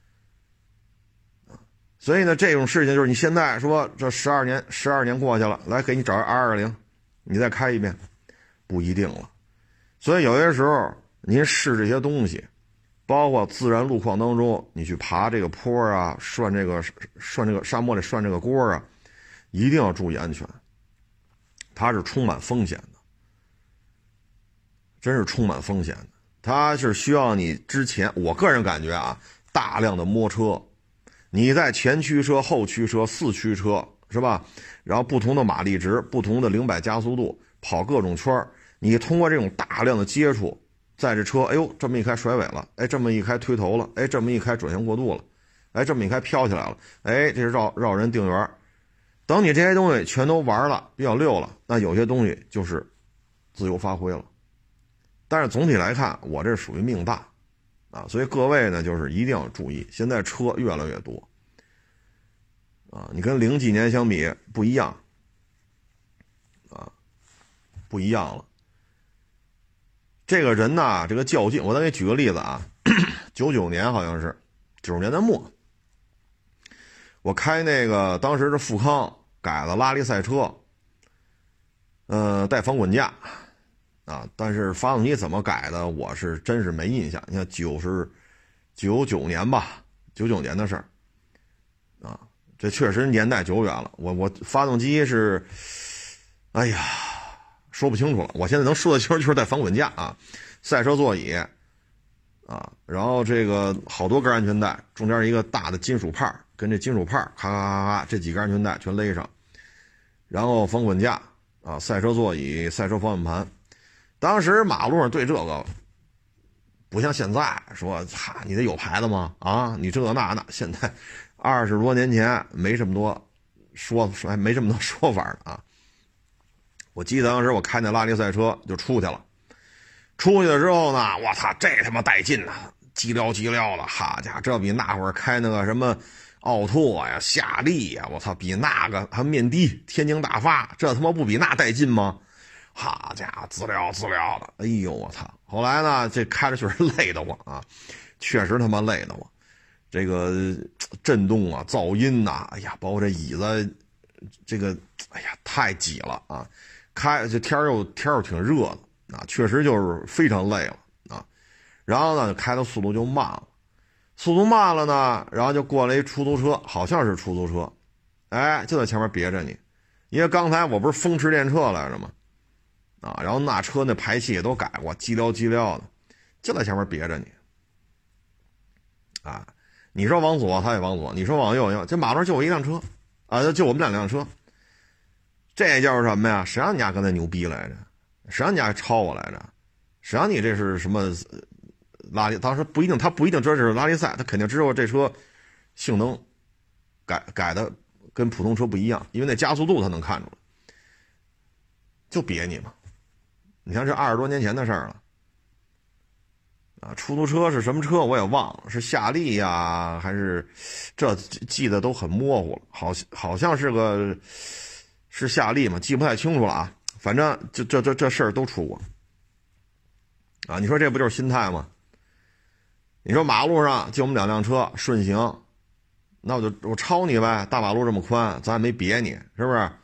所以呢，这种事情就是你现在说这12年过去了，来给你找220，你再开一遍，不一定了。所以有些时候您试这些东西，包括自然路况当中，你去爬这个坡啊，涮这个沙漠里涮这个锅啊，一定要注意安全，它是充满风险的，真是充满风险的。它是需要你之前，我个人感觉啊，大量的摸车。你在前驱车、后驱车、四驱车是吧？然后不同的马力值、不同的0-100加速度，跑各种圈，你通过这种大量的接触，在这车，哎呦，这么一开甩尾了，哎，这么一开推头了，哎，这么一开转向过度了，哎，这么一开飘起来了，哎，这是绕人定圆。等你这些东西全都玩了，比较溜了，那有些东西就是自由发挥了。但是总体来看，我这属于命大。啊，所以各位呢，就是一定要注意，现在车越来越多，啊，你跟0几年相比不一样，啊，不一样了。这个人呢，这个较劲，我再给你举个例子啊，99年好像是90年代末，我开那个当时是富康改了拉力赛车，带防滚架。啊，但是发动机怎么改的，我是真是没印象。你看99年吧，99年的事儿，啊，这确实年代久远了。我发动机是，哎呀，说不清楚了。我现在能说的清楚就是带防滚架啊，赛车座椅，啊，然后这个好多根安全带，中间一个大的金属帕，跟这金属帕咔咔咔咔，这几根安全带全勒上，然后防滚架啊，赛车座椅，赛车方向盘。当时马路上对这个不像现在说，你得有牌子吗？啊，你这那，现在20多年前没这么多没这么多说法的啊。我记得当时我开那拉力赛车就出去了，出去了之后呢，我操，这他妈带劲呐，叽撩的，哈家伙，这比那会儿开那个什么奥拓呀、夏利呀，我操，比那个还面的、天津大发，这他妈不比那带劲吗？好家伙，自撩的，哎呦我操！后来呢，这开着确实累得慌啊，确实他妈累得慌。这个震动啊、噪音呐、哎呀，包括这椅子，这个哎呀太挤了啊！这天又挺热的啊，确实就是非常累了啊。然后呢，开的速度就慢了，呢，然后就过来一出租车，好像是出租车，哎，就在前面别着你，因为刚才我不是风驰电掣来着吗？啊，然后那车那排气也都改过，叽撩的，就在前面别着你。啊，你说往左他也往左，你说往右，这马路上就我一辆车，啊，就我们2辆车。这叫什么呀？谁让你家刚才牛逼来着？谁让你家超我来着？谁让你这是什么拉力？当时他不一定知道这是拉力赛，他肯定知道这车性能改的跟普通车不一样，因为那加速度他能看出来，就别你嘛。你看这20多年前的事儿了，啊，出租车是什么车我也忘了，是夏利呀，还是这记得都很模糊了，好像是夏利嘛，记不太清楚了啊。反正就这事儿都出过，啊，你说这不就是心态吗？你说马路上就我们2辆车顺行，那我超你呗，大马路这么宽，咱也没别你，是不是？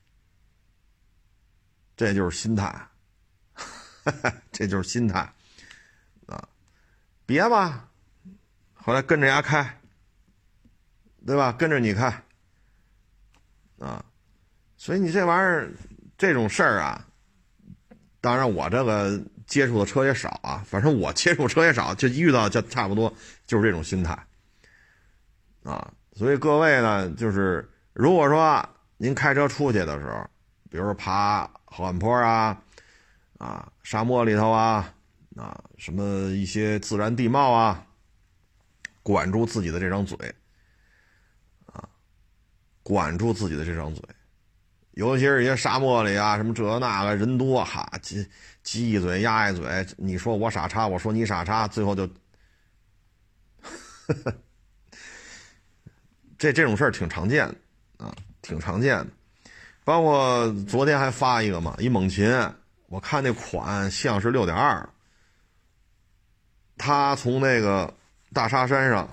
这就是心态。这就是心态啊，别吧，后来跟着人家开，对吧？跟着你开啊，所以你这玩意儿这种事儿啊，当然我这个接触的车也少啊，反正我接触车也少，就遇到就差不多就是这种心态啊。所以各位呢，就是如果说您开车出去的时候，比如说爬后岸坡啊。啊，沙漠里头啊，什么一些自然地貌啊，管住自己的这张嘴，啊，管住自己的这张嘴， 尤其是一些沙漠里啊，什么这那个人多，哈，鸡一嘴鸭一嘴，你说我傻叉，我说你傻叉，最后就这种事儿挺常见的啊，挺常见的。包括昨天还发一个嘛，一猛禽，我看那款像是6.2，他从那个大沙山上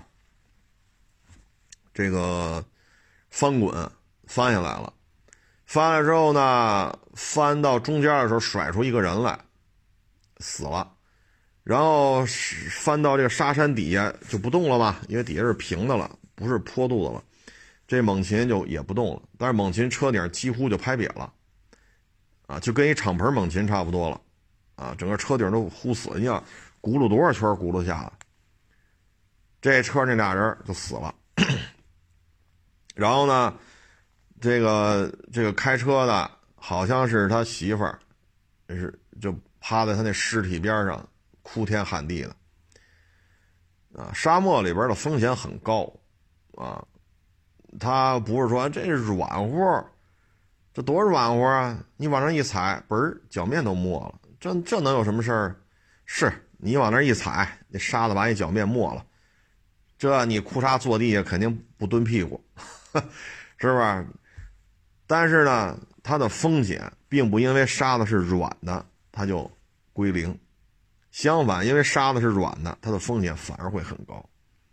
这个翻滚翻下来了，翻了之后呢，翻到中间的时候甩出一个人来，死了。然后翻到这个沙山底下就不动了嘛，因为底下是平的了，不是坡度的了。这猛禽就也不动了，但是猛禽车顶几乎就拍瘪了，啊，就跟一敞篷猛禽差不多了，啊，整个车顶都呼死，你想轱辘多少圈轱辘下来，这车那俩人就死了。然后呢，这个开车的好像是他媳妇儿，就趴在他那尸体边上哭天喊地的，啊，沙漠里边的风险很高，啊。它不是说这是软乎，这多软乎啊！你往上一踩，嘣儿，脚面都没了。这能有什么事儿？是你往那一踩，那沙子把你脚面没了，这你裤衩坐地下肯定不蹲屁股，是不是？但是呢，它的风险并不因为沙子是软的它就归零，相反，因为沙子是软的，它的风险反而会很高。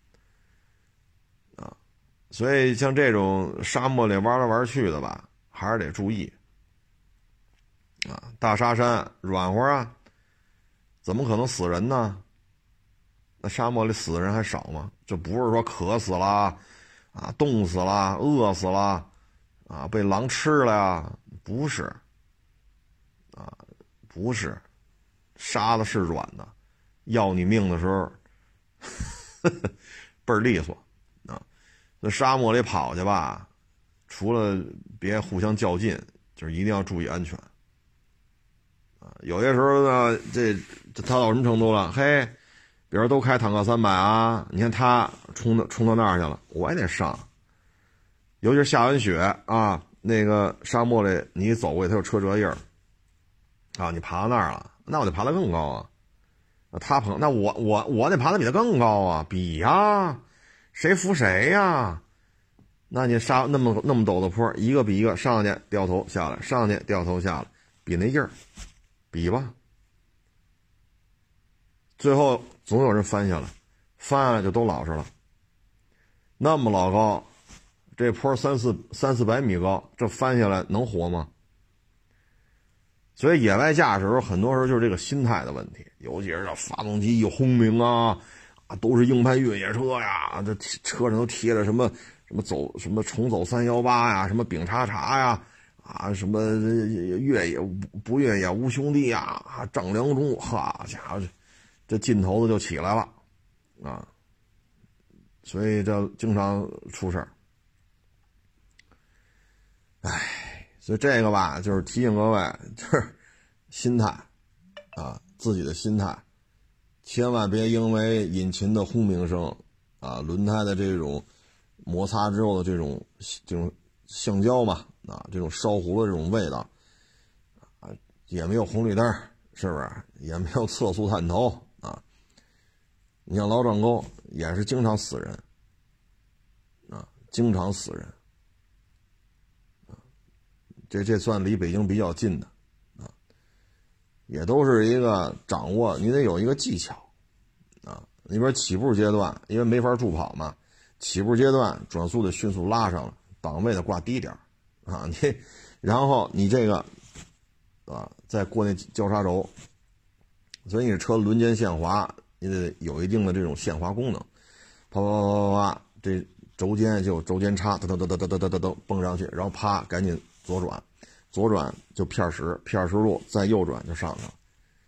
所以像这种沙漠里玩来玩去的吧，还是得注意啊！大沙山软和啊，怎么可能死人呢？那沙漠里死的人还少吗？这不是说渴死了啊，冻死了，饿死了啊，被狼吃了呀？不是啊，不是，沙子是软的，要你命的时候倍儿利索。那沙漠里跑去吧，除了别互相较劲，就是一定要注意安全啊。有些时候呢，这他到什么程度了？嘿，比如都开坦克300啊，你看他冲到那儿去了，我也得上。尤其是下完雪啊，那个沙漠里你走过去，它有车辙印儿啊，你爬到那儿了，那我得爬得更高啊。那我得爬得比他更高啊，比呀。谁扶谁呀？那你沙那么陡的坡，一个比一个上去掉头下来，上去掉头下来，比那印儿，比吧。最后总有人翻下来，翻下来就都老实了。那么老高，这坡三四百米高，这翻下来能活吗？所以野外驾驶的时候，很多时候就是这个心态的问题，尤其是这发动机一轰鸣啊。都是硬派越野车呀，这车上都贴着什么重走318呀，什么丙叉叉呀，啊，什么越野不越野无兄弟呀，丈量中，哈家伙，这劲头子就起来了啊，所以这经常出事儿。哎，所以这个吧，就是提醒各位，就是心态啊，自己的心态。千万别因为引擎的轰鸣声啊，轮胎的这种摩擦之后的这种橡胶嘛啊，这种烧糊的这种味道啊，也没有红绿灯，是不是？也没有测速探头啊。你像老张沟也是经常死人啊，经常死人啊。这算离北京比较近的。也都是一个掌握，你得有一个技巧啊。那边起步阶段，因为没法助跑嘛，起步阶段转速得迅速拉上了，档位得挂低点啊。然后你这个啊，再过那交叉轴，所以你车轮间限滑，你得有一定的这种限滑功能。啪，这轴间就轴间差，噔蹦上去，然后啪赶紧左转就片10路，再右转就上去了。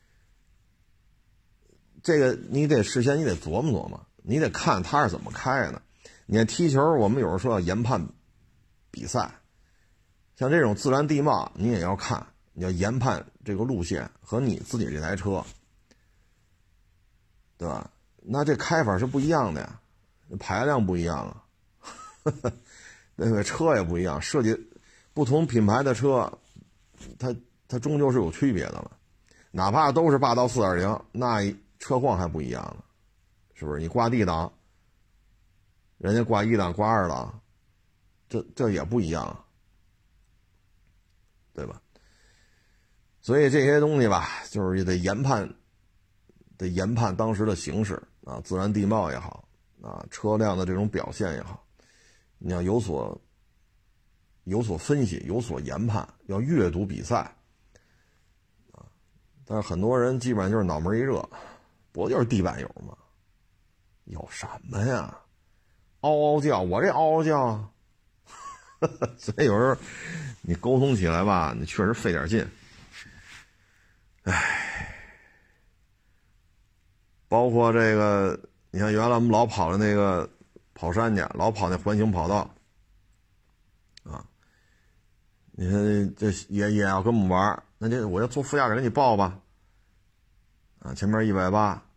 这个你得事先你得琢磨，你得看他是怎么开的。你看踢球，我们有时候说要研判比赛，像这种自然地貌你也要看，你要研判这个路线和你自己这台车，对吧？那这开法是不一样的呀，排量不一样啊，对不对？车也不一样，设计不同品牌的车，它终究是有区别的了。哪怕都是霸道 4.0， 那车况还不一样了，是不是？你挂 D 档，人家挂1档挂2档，这也不一样，对吧？所以这些东西吧，就是也得研判当时的形势啊，自然地貌也好啊，车辆的这种表现也好，你要有所分析，有所研判，要阅读比赛啊。但是很多人基本上就是脑门一热，不就是地板油吗？有什么呀？嗷嗷叫，我这嗷嗷叫啊。所以有时候你沟通起来吧，你确实费点劲。包括这个，你看原来我们老跑的那个跑山去，老跑那环形跑道啊。你看这也要跟我们玩，那就我要坐副驾驶给你报吧。啊，前面180，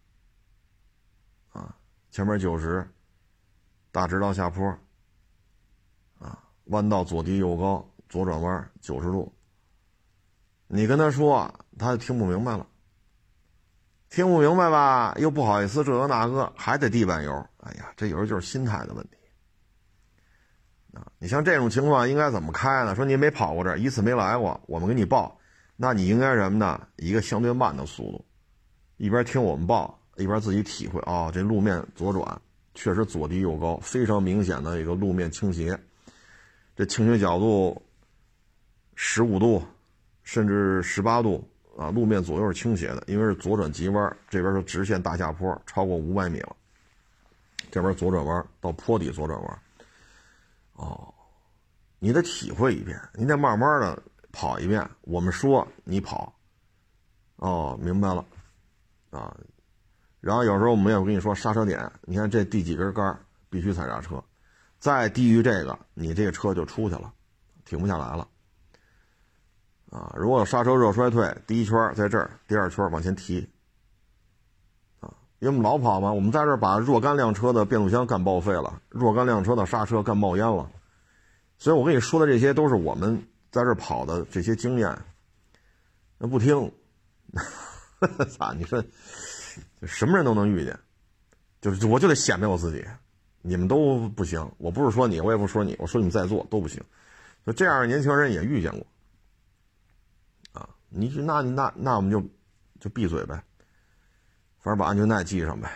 啊，前面90，大直道下坡，啊，弯道左低右高，左转弯90度。你跟他说，他听不明白了，听不明白吧，又不好意思这个那个，还得地板油。哎呀，这有时候就是心态的问题啊。你像这种情况应该怎么开呢？说你没跑过这儿，一次没来过，我们给你报，那你应该什么呢？一个相对慢的速度，一边听我们报，一边自己体会哦，这路面左转确实左低右高，非常明显的一个路面倾斜，这倾斜角度15度甚至18度啊，路面左右是倾斜的，因为是左转急弯，这边是直线大下坡，超过500米了，这边左转弯到坡底左转弯。哦，你得体会一遍，你得慢慢的跑一遍，我们说你跑，哦，明白了啊。然后有时候我们也会跟你说刹车点，你看这第几根杆必须踩刹车，再低于这个你这个车就出去了，停不下来了啊。如果有刹车热衰退，第一圈在这儿，第二圈往前提啊。因为我们老跑嘛，我们在这儿把若干辆车的变速箱干报废了，若干辆车的刹车干冒烟了，所以我跟你说的这些都是我们在这儿跑的这些经验。那不听咋你说什么人都能遇见，就是我就得显摆我自己，你们都不行，我不是说你，我也不是说你，我说你们在座都不行。就这样的年轻人也遇见过啊。你说那我们就闭嘴呗，反正把安全带系上呗。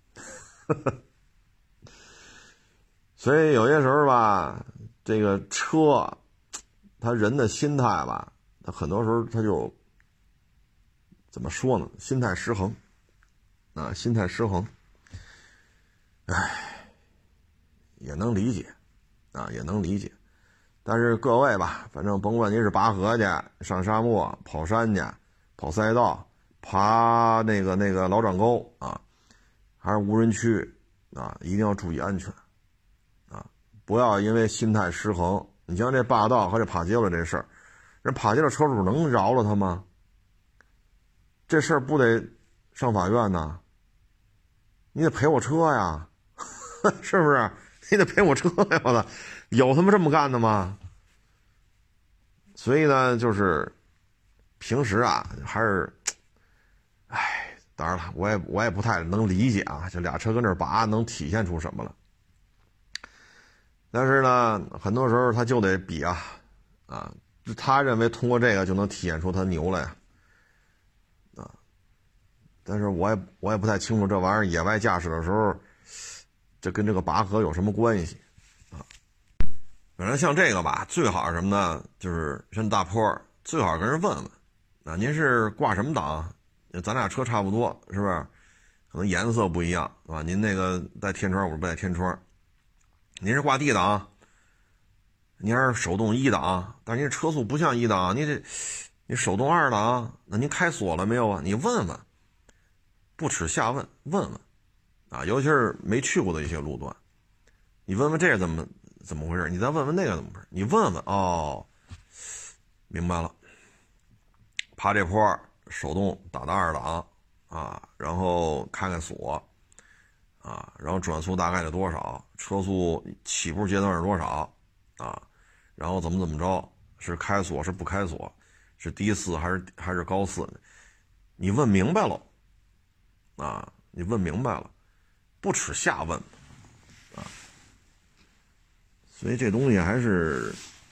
所以有些时候吧，这个车他人的心态吧，他很多时候他就怎么说呢，心态失衡啊，心态失衡。也能理解啊，也能理解。但是各位吧，反正甭管您是拔河去、上沙漠、跑山去、跑赛道、爬那个老掌沟啊，还是无人区啊，一定要注意安全啊，不要因为心态失衡。你像这霸道和这帕杰罗这事儿，人帕杰罗车主能饶了他吗？这事儿不得上法院呢？你得赔我车呀，是不是？你得赔我车呀！我操，有他妈这么干的吗？所以呢，就是平时啊，还是，当然了，我也不太能理解啊，这俩车跟这儿拔能体现出什么了？但是呢，很多时候他就得比啊，他认为通过这个就能体现出他牛来啊。但是我也不太清楚这玩意儿野外驾驶的时候，这跟这个拔河有什么关系啊？反正像这个吧，最好是什么呢？就是像大坡，最好跟人问问啊，您是挂什么档？咱俩车差不多，是不是？可能颜色不一样，是吧？您那个带天窗，我不带天窗。您是挂 D 档，您是手动1档，但是您车速不像1档，你手动2档，那您开锁了没有啊？你问问，不耻下问，问问啊，尤其是没去过的一些路段，你问问这是怎么回事，你再问问那个怎么回事，你问问哦，明白了，爬这坡手动打的2档啊，然后开锁啊，然后转速大概是多少，车速起步阶段是多少啊，然后怎么着是开锁是不开锁，是低四还是高四，你问明白了啊，你问明白了，不耻下问啊。所以这东西还是，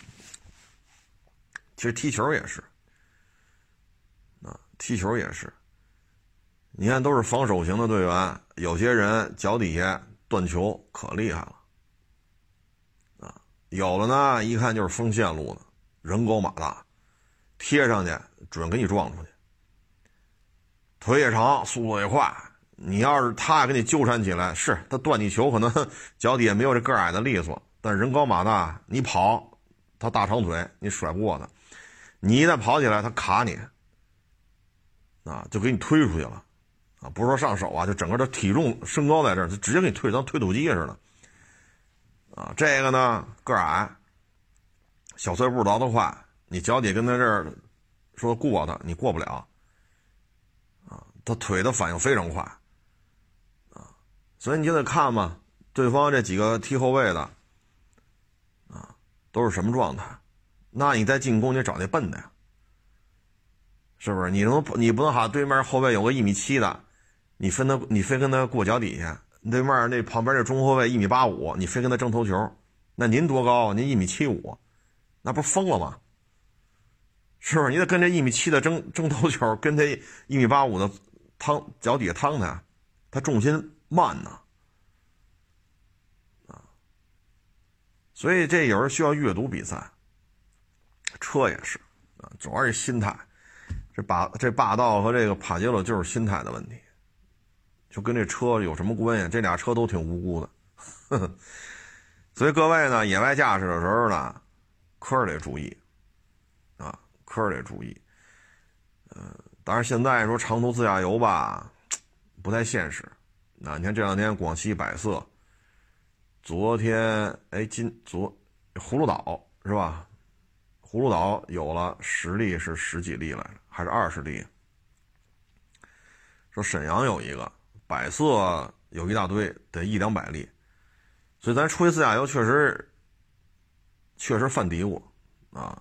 其实踢球也是啊，踢球也是。你看，都是防守型的队员，有些人脚底下断球可厉害了啊，有的呢一看就是锋线路的，人高马大，贴上去准给你撞出去，腿也长，速度也快。你要是他给你纠缠起来，是他断你球，可能脚底下没有这个矮的利索，但人高马大，你跑他大长腿，你甩不过他。你一旦跑起来，他卡你啊，就给你推出去了啊！不是说上手啊，就整个的体重身高在这儿，就直接给你推当推土机似的啊！这个呢个矮，小碎步倒得快，你脚底跟他这儿说过他，你过不了啊！他腿的反应非常快啊，所以你就得看嘛，对方这几个踢后卫的啊都是什么状态？那你在进攻你找那笨的呀，是不是？你不能喊对面后卫有个1.7米的，你非跟他过脚底下，对面那旁边这中后卫1.85米，你非跟他争头球，那您多高？您1.75米，那不是疯了吗？是不是？你得跟这1.7米的争头球，跟这1.85米的脚底下趟他重心慢呢啊，所以这有人需要阅读比赛，车也是啊，主要是心态。这霸道和这个帕杰罗就是心态的问题，就跟这车有什么关系？这俩车都挺无辜的，呵呵。所以各位呢，野外驾驶的时候呢，科得注意啊，科得注意。当然现在说长途自驾游吧，不太现实。你看这两天广西百色，昨天葫芦岛是吧？葫芦岛有了10例是10几例来着，还是20例？说沈阳有一个，百色有一大堆，得100-200例。所以咱出去自驾游确实犯嘀咕啊！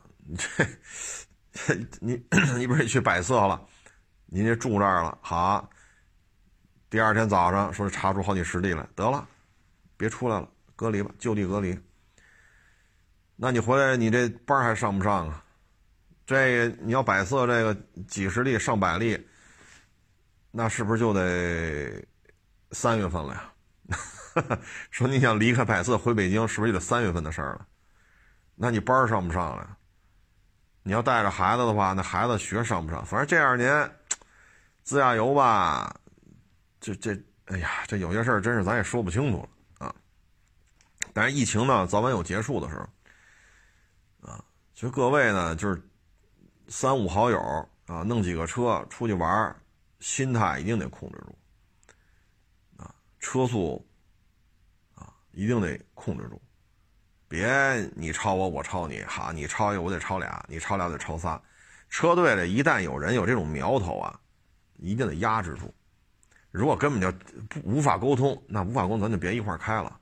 你不是你去百色了，你这住这儿了，好，第二天早上说查出好几10例来，得了，别出来了，隔离吧，就地隔离。那你回来你这班还上不上啊？这个你要百色这个几十例上百例，那是不是就得3月份了呀？说你想离开百色回北京，是不是就得3月份的事儿了？那你班上不上了？你要带着孩子的话，那孩子学上不上？反正这2年自驾游吧，哎呀，这有些事儿真是咱也说不清楚了啊。但是疫情呢，早晚有结束的时候。其实各位呢，就是3、5好友啊，弄几个车出去玩，心态一定得控制住啊，车速啊一定得控制住，别你超我，我超你，哈，你超一个我得超俩，你超俩我得超仨。车队里一旦有人有这种苗头啊，一定得压制住。如果根本就无法沟通，那无法沟通咱就别一块开了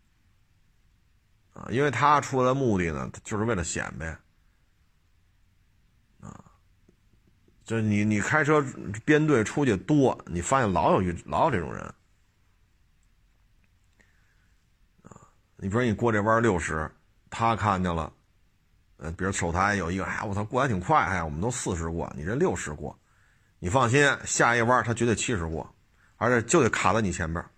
啊，因为他出来的目的呢，就是为了显摆。就你开车编队出去多，你发现老有这种人啊。你比如你过这弯60，他看见了，比如手台有一个，哎，我操，过来挺快，哎，我们都40过，你这60过，你放心，下一弯他绝对70过，而且就得卡在你前边。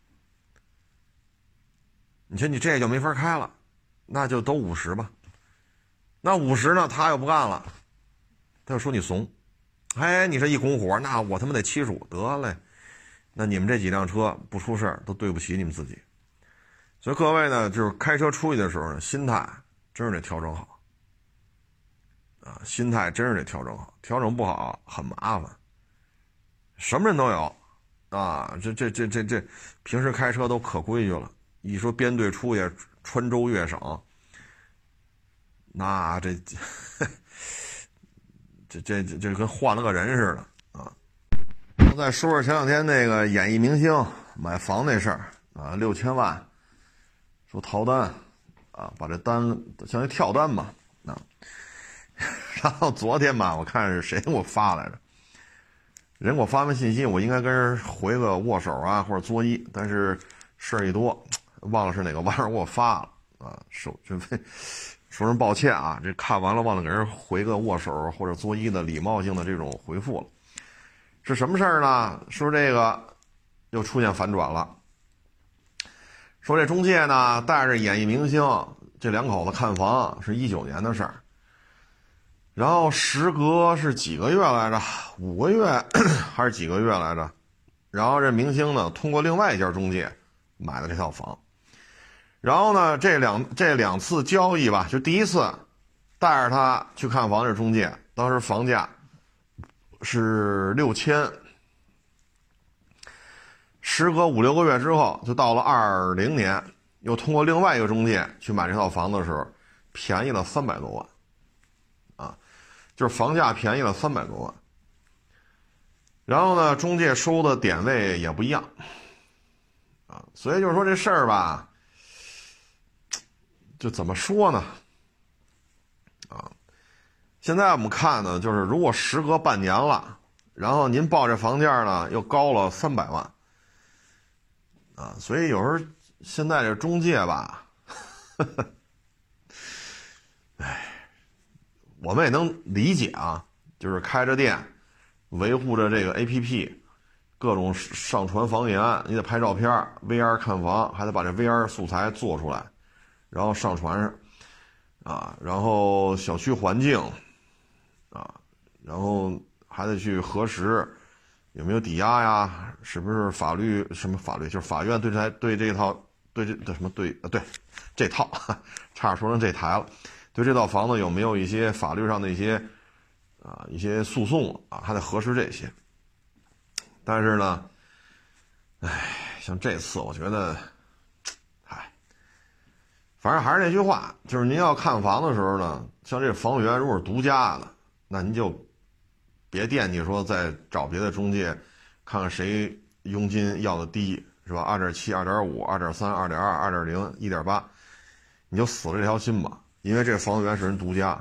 你说你这就没法开了，那就都50吧。那50呢，他又不干了，他又说你怂。哎，你这一拱火，那我他妈得75，得嘞。那你们这几辆车不出事都对不起你们自己。所以各位呢，就是开车出去的时候呢，心态真是得调整好啊，心态真是得调整好，调整不好很麻烦。什么人都有啊，这平时开车都可规矩了，一说编队出去穿州越省，那这跟换了个人似的啊！我再说说前两天那个演艺明星买房那事儿啊，6000万，说逃单啊，把这单相当于跳单嘛啊。 然后昨天吧，我看是谁给我发来着，人给我发完信息，我应该跟人回个握手啊或者作揖，但是事儿一多，忘了是哪个网友给我发了啊，说声抱歉啊，这看完了忘了给人回个握手或者作揖的礼貌性的这种回复了。是什么事儿呢？说这个又出现反转了，说这中介呢带着演艺明星这两口子看房是19年的事儿，然后时隔是几个月来着，5个月还是几个月来着，然后这明星呢通过另外一家中介买了这套房，然后呢这两次交易吧，就第一次带着他去看房，这中介当时房价是6000，时隔5、6个月之后，就到了20年，又通过另外一个中介去买这套房子的时候，便宜了300多万，啊，就是房价便宜了300多万。然后呢，中介收的点位也不一样，啊，所以就是说这事儿吧，就怎么说呢，啊。现在我们看呢，就是如果时隔半年了，然后您报这房价呢又高了300万，啊，所以有时候现在这中介吧，我们也能理解啊，就是开着店，维护着这个 APP， 各种上传房源，你得拍照片 ，VR 看房，还得把这 VR 素材做出来，然后上传上，啊，然后小区环境。啊，然后还得去核实有没有抵押呀，是不是什么法律，就是法院对这套这套差点说成这台了，对这套房子有没有一些法律上的一些诉讼啊，还得核实这些。但是呢，像这次我觉得，反正还是那句话，就是您要看房的时候呢，像这房源如果是独家的，那您就别惦记说再找别的中介，看看谁佣金要的低，是吧？2.7、2.5、2.3、2.2、2.0、1.8，你就死了这条心吧，因为这个房源是人独家，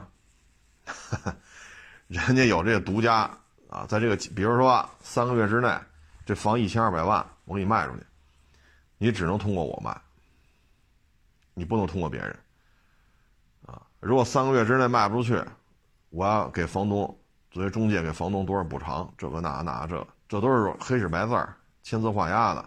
人家有这个独家啊，在这个比如说3个月之内，这房1200万，我给你卖出去，你只能通过我卖，你不能通过别人啊。如果3个月之内卖不出去，我要给房东作为中介给房东多少补偿，这个那这都是黑纸白字签字画押的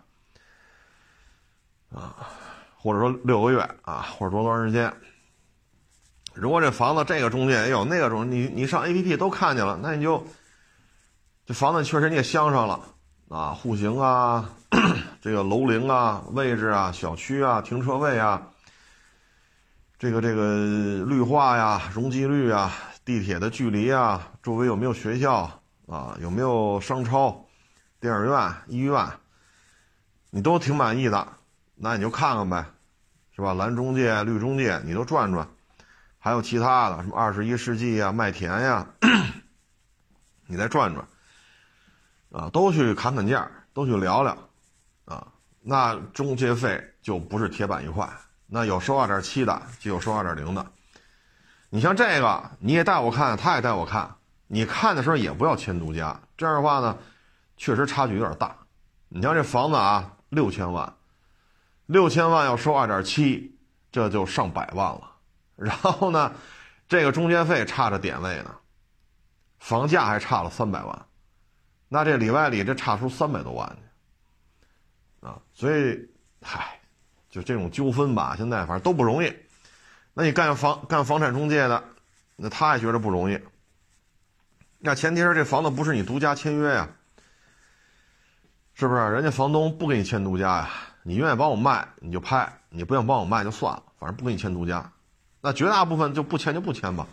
啊，或者说6个月啊，或者多长时间。如果这房子这个中介也有那个中介，你上 APP 都看见了，那你就这房子确实你也相上了啊，户型啊，这个楼龄啊，位置啊，小区啊，停车位啊，这个绿化呀，容积率啊，地铁的距离啊，周围有没有学校啊，有没有商超、电影院、医院，你都挺满意的，那你就看看呗，是吧？蓝中介、绿中介你都转转，还有其他的什么21世纪啊、麦田呀，你再转转啊，都去砍砍价，都去聊聊啊，那中介费就不是铁板一块，那有收2.7的，就有收2.0的。你像这个，你也带我看，他也带我看，你看的时候也不要签独家，这样的话呢，确实差距有点大。你像这房子啊，6000万，6000万要收2.7，这就上百万了。然后呢，这个中介费差着点位呢，房价还差了300万，那这里外里这差出300多万去啊！所以，就这种纠纷吧，现在反正都不容易。那你干房产中介的，那他也觉得不容易。那前提是这房子不是你独家签约呀，是不是？人家房东不给你签独家呀，你愿意帮我卖你就拍，你不愿帮我卖就算了，反正不给你签独家。那绝大部分就不签就不签吧，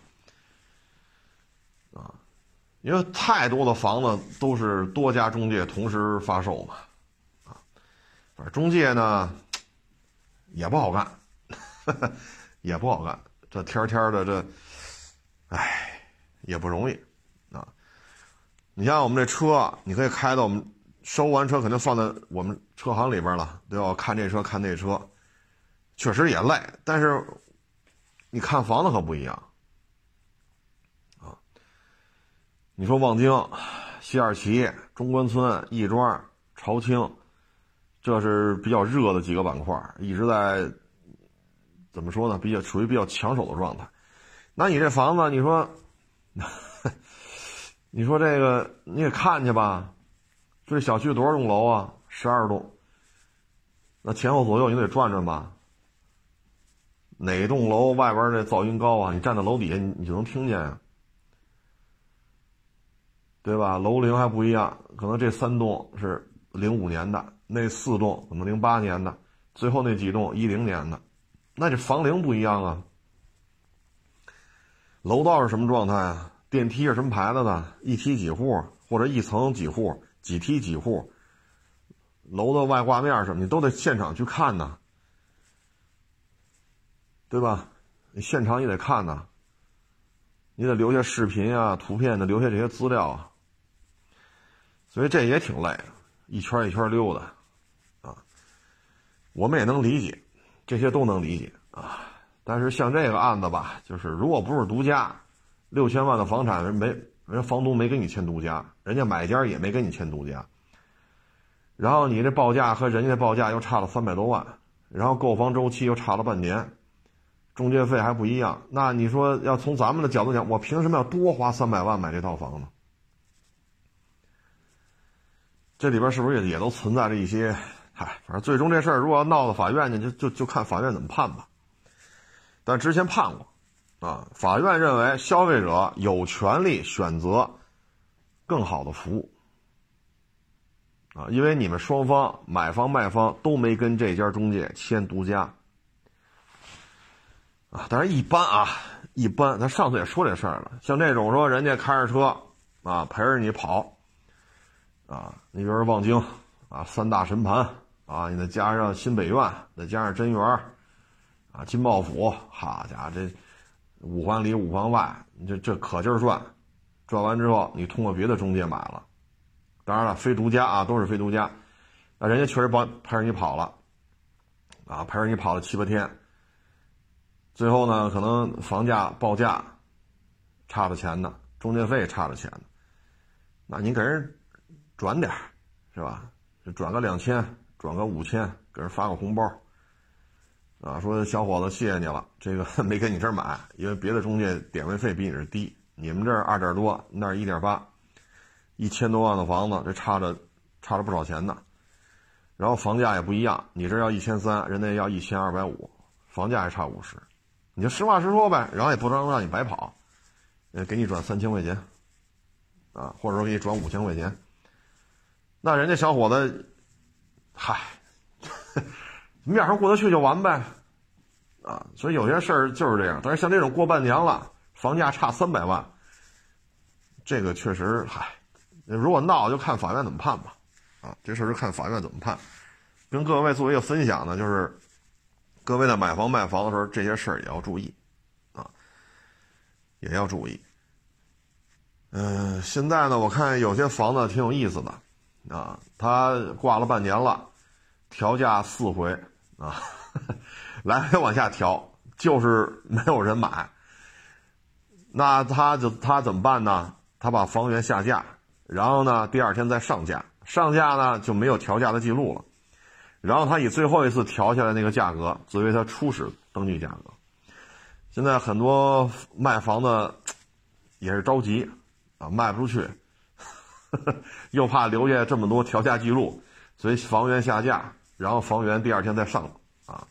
啊，因为太多的房子都是多家中介同时发售嘛，啊，反正中介呢也不好干。也不好干，这天天的这，也不容易啊！你像我们这车，你可以开到我们收完车，肯定放在我们车行里边了，都要看这车看那车，确实也累。但是你看房子可不一样啊！ 你说望京、西二旗、中关村、亦庄、朝清，这是比较热的几个板块，一直在怎么说呢？属于比较抢手的状态。那你这房子，你说，你说这个你也看去吧，这小区多少栋楼啊？12栋，那前后左右你得转转吧。哪栋楼外边这噪音高啊？你站在楼底下你就能听见呀，对吧？楼龄还不一样，可能这3栋是05年的，那4栋可能08年的，最后那几栋10年的，那这房龄不一样啊。楼道是什么状态啊？电梯是什么牌子的？一梯几户，或者一层几户，几梯几户，楼的外挂面什么，你都得现场去看呢，对吧？你现场也得看呢，你得留下视频啊、图片的，留下这些资料啊。所以这也挺累的，一圈一圈溜达啊。我们也能理解，这些都能理解啊。但是像这个案子吧，就是如果不是独家，6000万的房产人房东没给你签独家，人家买家也没给你签独家，然后你这报价和人家的报价又差了300多万，然后购房周期又差了半年，中介费还不一样，那你说要从咱们的角度讲，我凭什么要多花300万买这套房呢？这里边是不是也都存在着一些，反正最终这事儿如果要闹到法院去，就看法院怎么判吧。但之前判过啊，法院认为消费者有权利选择更好的服务啊，因为你们双方买方卖方都没跟这家中介签独家啊。但是一般咱上次也说这事儿了，像这种说人家开着车啊陪着你跑啊，你比如说望京啊，3大神盘啊，你再加上新北苑，再加上真园啊，金茂府，好家伙，这5环里5环外，你这可劲儿转完之后，你通过别的中介买了，当然了，非独家啊，都是非独家，那人家确实陪着你跑了啊，陪着你跑了7、8天，最后呢，可能房价报价差了钱呢，中介费差了钱呢，那你给人转点是吧？就转个2000，转个5000，给人发个红包啊，说小伙子谢谢你了，这个没跟你这儿买，因为别的中介点位费比你这低，你们这儿2点多，那儿1.8，1000多万的房子，这差着不少钱呢。然后房价也不一样，你这要1300，人家要1250，房价还差50，你就实话实说呗，然后也不能让你白跑，给你转3000块钱啊，或者说给你转5000块钱。那人家小伙子，面上过得去就完呗，啊，所以有些事儿就是这样。但是像这种过半年了，房价差300万，这个确实，如果闹就看法院怎么判吧，啊，这事儿就看法院怎么判。跟各位做一个分享呢，就是各位在买房卖房的时候，这些事儿也要注意，啊，也要注意。现在呢，我看有些房子挺有意思的。啊，他挂了半年了，调价4回啊，来回往下调，就是没有人买。那他怎么办呢？他把房源下架，然后呢，第2天再上架，上架呢就没有调价的记录了。然后他以最后一次调下来那个价格作为他初始登记价格。现在很多卖房的也是着急啊，卖不出去。又怕留下这么多调价记录，所以房源下架，然后房源第2天再上啊，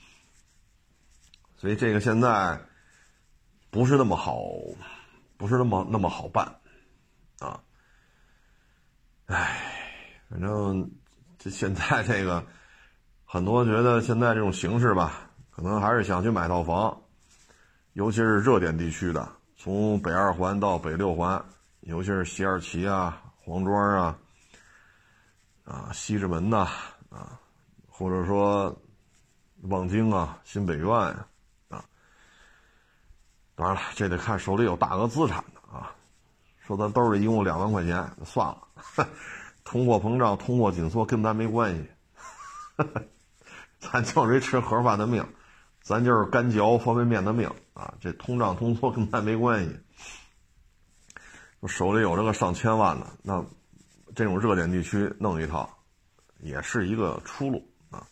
所以这个现在不是那么好办啊。反正这现在这个很多觉得现在这种形势吧，可能还是想去买套房，尤其是热点地区的，从北2环到北6环，尤其是西二旗啊、黄庄啊、西直门呐啊，或者说望京啊、新北苑啊，当然了，这得看手里有大额资产的啊。说咱兜里一共2万块钱，算了，通货膨胀、通货紧缩跟咱没关系，咱就是一吃盒饭的命，咱就是干嚼方便面的命啊！这通胀通缩跟咱没关系。 说手里有这个上千万的，那这种热点地区弄一套，也是一个出路啊。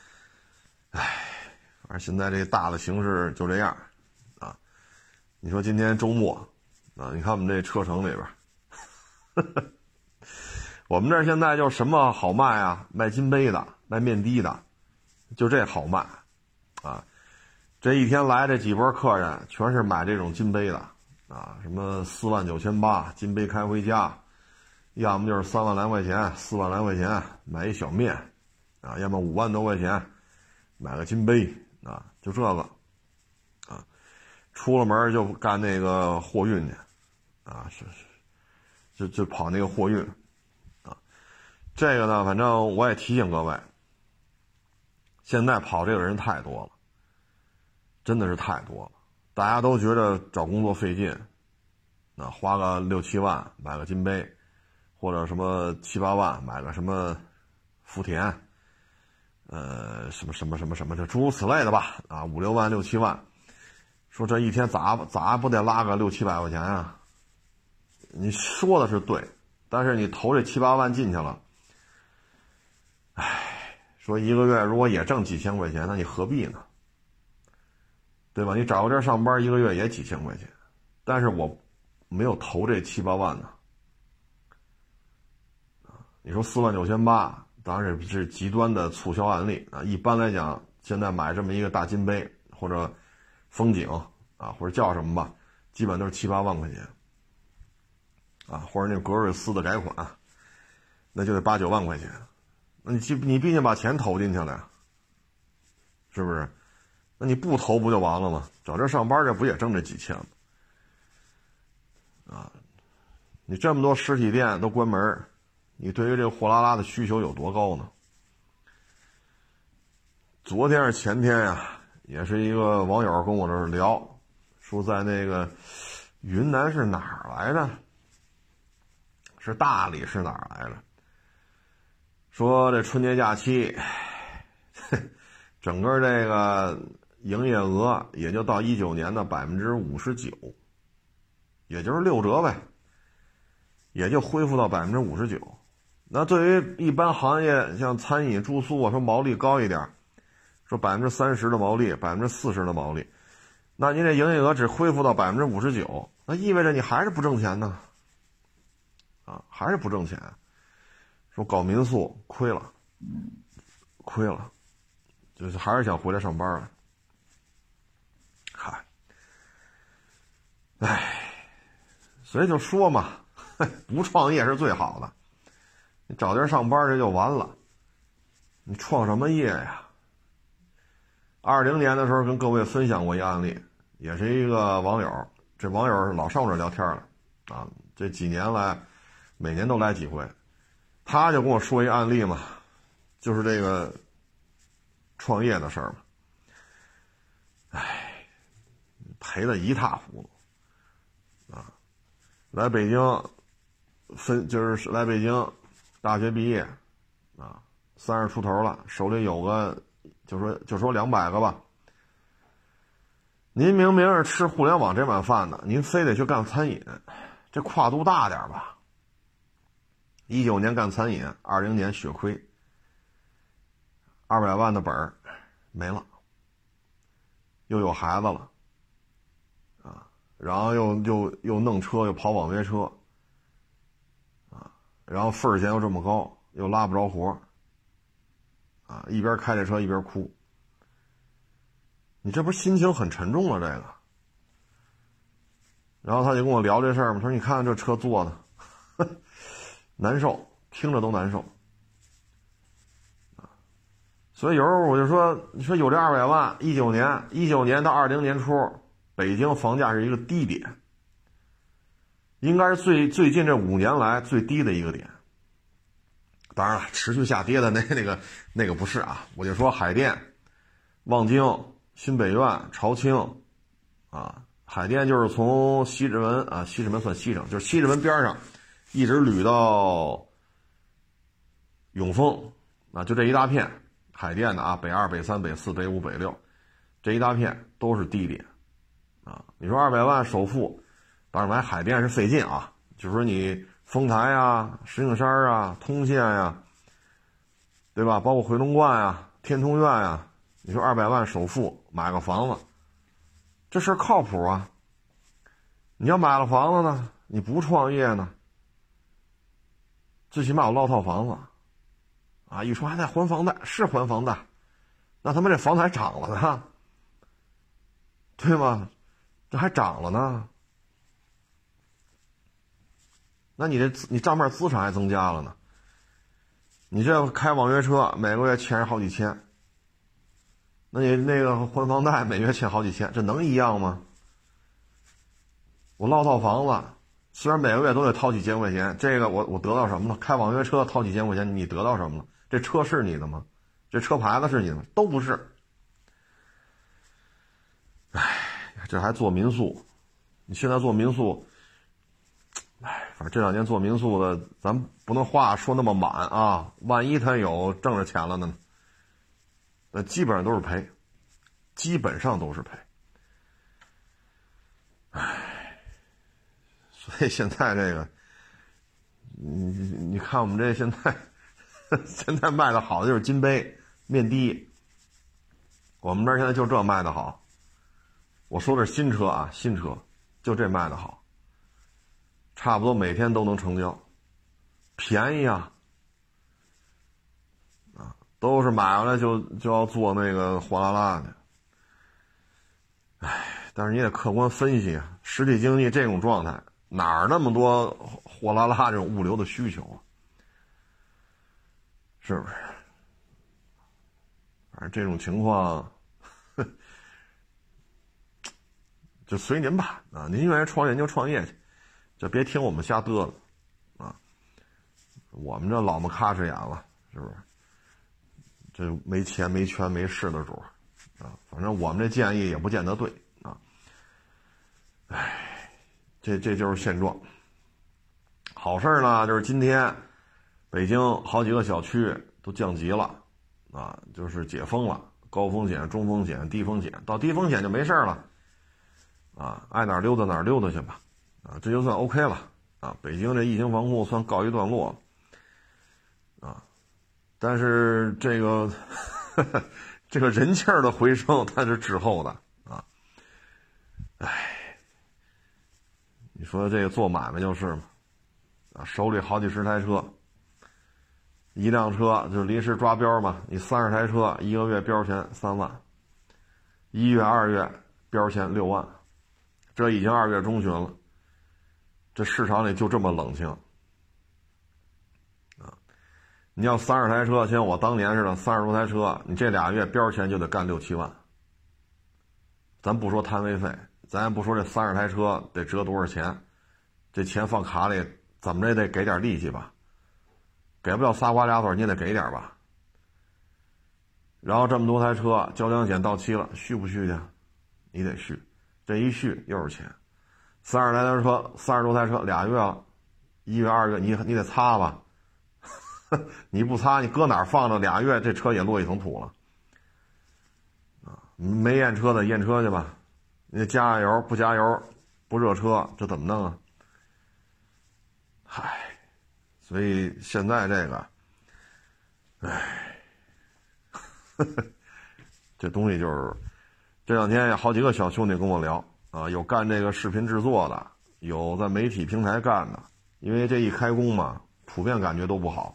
反正现在这大的形势就这样啊。你说今天周末啊，你看我们这车城里边，我们这儿现在就什么好卖啊？卖金杯的，卖面的的，就这好卖啊。这一天来这几波客人全是买这种金杯的啊，什么49800金杯开回家，要么就是3万来块钱4万来块钱买一小面啊，要么5万多块钱买个金杯啊，就这个啊，出了门就干那个货运去啊，就跑那个货运啊。这个呢，反正我也提醒各位，现在跑这个人太多了，真的是太多了。大家都觉得找工作费劲，那花个6、7万买个金杯，或者什么7、8万买个什么福田，什么这诸如此类的吧，啊，5、6万6、7万，说这一天咋不得拉个6、700块钱啊？你说的是对，但是你投这7、8万进去了，说一个月如果也挣几千块钱，那你何必呢？对吧？你找个地儿上班，一个月也几千块钱，但是我没有投这7、8万呢。你说4万9800，当然是极端的促销案例啊。一般来讲，现在买这么一个大金杯或者风景啊，或者叫什么吧，基本都是7、8万块钱啊，或者那格瑞斯的改款，那就得8、9万块钱。那你毕竟把钱投进去了呀，是不是？那你不投不就完了吗？找这上班这不也挣这几千吗？啊，你这么多实体店都关门，你对于这个货拉拉的需求有多高呢？昨天是前天呀，也是一个网友跟我这儿聊，说在那个云南是哪儿来着？是大理是哪儿来着？说这春节假期，整个这个营业额也就到19年的59%，也就是6折呗，也就恢复到59%。那对于一般行业，像餐饮、住宿啊，说毛利高一点，说30%的毛利，40%的毛利，那您这营业额只恢复到59%，那意味着你还是不挣钱呢，啊，还是不挣钱。说搞民宿亏了，就是还是想回来上班了。嗨，所以就说嘛，不创业是最好的。你找地儿上班这就完了，你创什么业呀？20年的时候跟各位分享过一个案例，也是一个网友，这网友老上我这聊天了啊，这几年来每年都来几回，他就跟我说一案例嘛，就是这个创业的事儿嘛，赔得一塌糊涂啊！来北京就是来北京大学毕业啊，30出头了，手里有个就说200个吧。您明明是吃互联网这碗饭的，您非得去干餐饮，这跨度大点吧？19年干餐饮，20年血亏，200万的本儿没了，又有孩子了啊，然后又弄车，又跑网约车啊，然后份儿钱又这么高，又拉不着活啊，一边开着车一边哭，你这不是心情很沉重了这个？然后他就跟我聊这事儿嘛，他说你看看这车坐的难受，听着都难受啊。所以有时候我就说，你说有这200万，19年到20年初，北京房价是一个低点，应该是最近这5年来最低的一个点。当然了，持续下跌的那个不是啊，我就说海淀、望京、新北苑、朝清啊，海淀就是从西直门啊，西直门算西城，就是西直门边上一直捋到永丰啊，就这一大片海淀的啊，北2、北3、北4、北5、北6，这一大片都是低点啊。你说200万首付，当然买海淀是费劲啊， 就是说你丰台啊、石景山啊、通县呀，对吧？包括回龙观啊、天通苑啊，你说200万首付买个房子，这事儿靠谱啊。你要买了房子呢，你不创业呢，最起码我落套房子啊！一说还得还房贷，是还房贷，那他妈这房子还涨了呢，对吗？这还涨了呢，那你账面资产还增加了呢。你这开网约车每个月欠人好几千，那你那个还房贷每月欠好几千，这能一样吗？我落套房子，虽然每个月都得掏几千块钱，这个我得到什么了？开网约车掏几千块钱，你得到什么了？这车是你的吗？这车牌子是你的吗？都不是。哎，这还做民宿，你现在做民宿，哎，反正这2年做民宿的，咱不能话说那么满啊，万一他有挣着钱了呢？那基本上都是赔，基本上都是赔。哎，所以现在这个，你看我们这现在卖的好的就是金杯、面的，我们这儿现在就这卖的好。我说的是新车啊，新车就这卖的好，差不多每天都能成交，便宜啊，都是买回来就要做那个货拉拉的。哎，但是你得客观分析啊，实体经济这种状态，哪儿那么多货拉拉这种物流的需求啊？是不是？反正这种情况，就随您吧啊！您愿意创业您就创业去，就别听我们瞎嘚瑟啊！我们这老么咔哧眼了，是不是？这没钱没权没势的主啊！反正我们这建议也不见得对啊。哎，这就是现状。好事呢，就是今天北京好几个小区都降级了啊，就是解封了，高风险、中风险、低风险，到低风险就没事了啊，爱哪儿溜达哪儿溜达去吧啊，这就算 OK 了啊，北京这疫情防控算告一段落啊，但是这个这个人气儿的回升它是滞后的啊，哎，你说这个做买卖就是嘛，啊，手里好几十台车，一辆车就临时抓标嘛，你30台车，一个月标钱3万，1月2月标钱6万，这已经2月中旬了，这市场里就这么冷清啊！你要30台车，像我当年似的30多台车，你这2月标钱就得干6、7万，咱不说摊位费，咱也不说这30台车得折多少钱，这钱放卡里怎么着也得给点利息吧，给不了仨瓜俩枣你也得给点吧。然后这么多台车，交强险到期了，续不续去？你得续，这一续又是钱。30台车，30多台车，2月了，1月2月你得擦吧，你不擦你搁哪儿放着2月这车也落一层土了啊！没验车的验车去吧，你加油不加油不热车，这怎么弄啊？嗨，所以现在这个，唉，这东西就是这2天有好几个小兄弟跟我聊啊，有干这个视频制作的，有在媒体平台干的，因为这一开工嘛，普遍感觉都不好。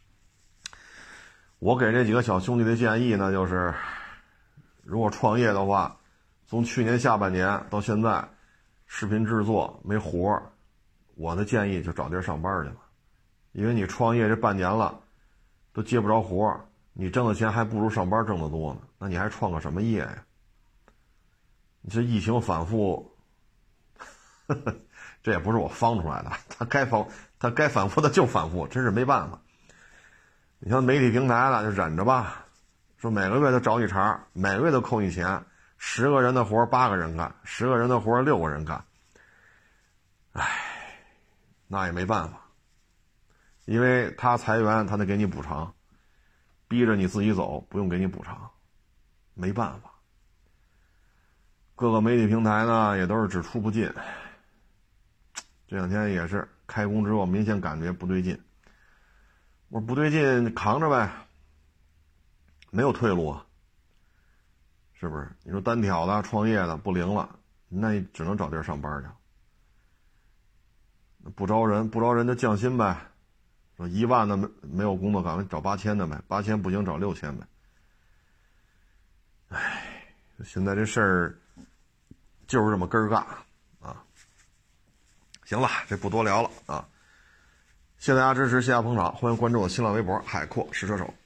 我给这几个小兄弟的建议呢，就是如果创业的话，从去年下半年到现在，视频制作没活，我的建议就找地儿上班去了，因为你创业这半年了，都接不着活，你挣的钱还不如上班挣得多呢，那你还创个什么业呀？你这疫情反复，这也不是我方出来的，它该反复的就反复，真是没办法。你像媒体平台了，就忍着吧，说每个月都找你茬，每个月都扣你钱，10个人的活8个人干，10个人的活6个人干，唉，那也没办法，因为他裁员他得给你补偿，逼着你自己走，不用给你补偿，没办法。各个媒体平台呢也都是只出不进，这2天也是开工之后明显感觉不对劲。我说不对劲，扛着呗，没有退路啊，是不是？你说单挑的、创业的不灵了，那你只能找地儿上班去。不招人就降薪呗，说1万的没有工作岗位找8000的呗，8000不行找6000呗。唉，现在这事儿就是这么根儿尬啊。行了，这不多聊了啊。谢谢大家支持，谢谢捧场，欢迎关注我新浪微博海阔试车手。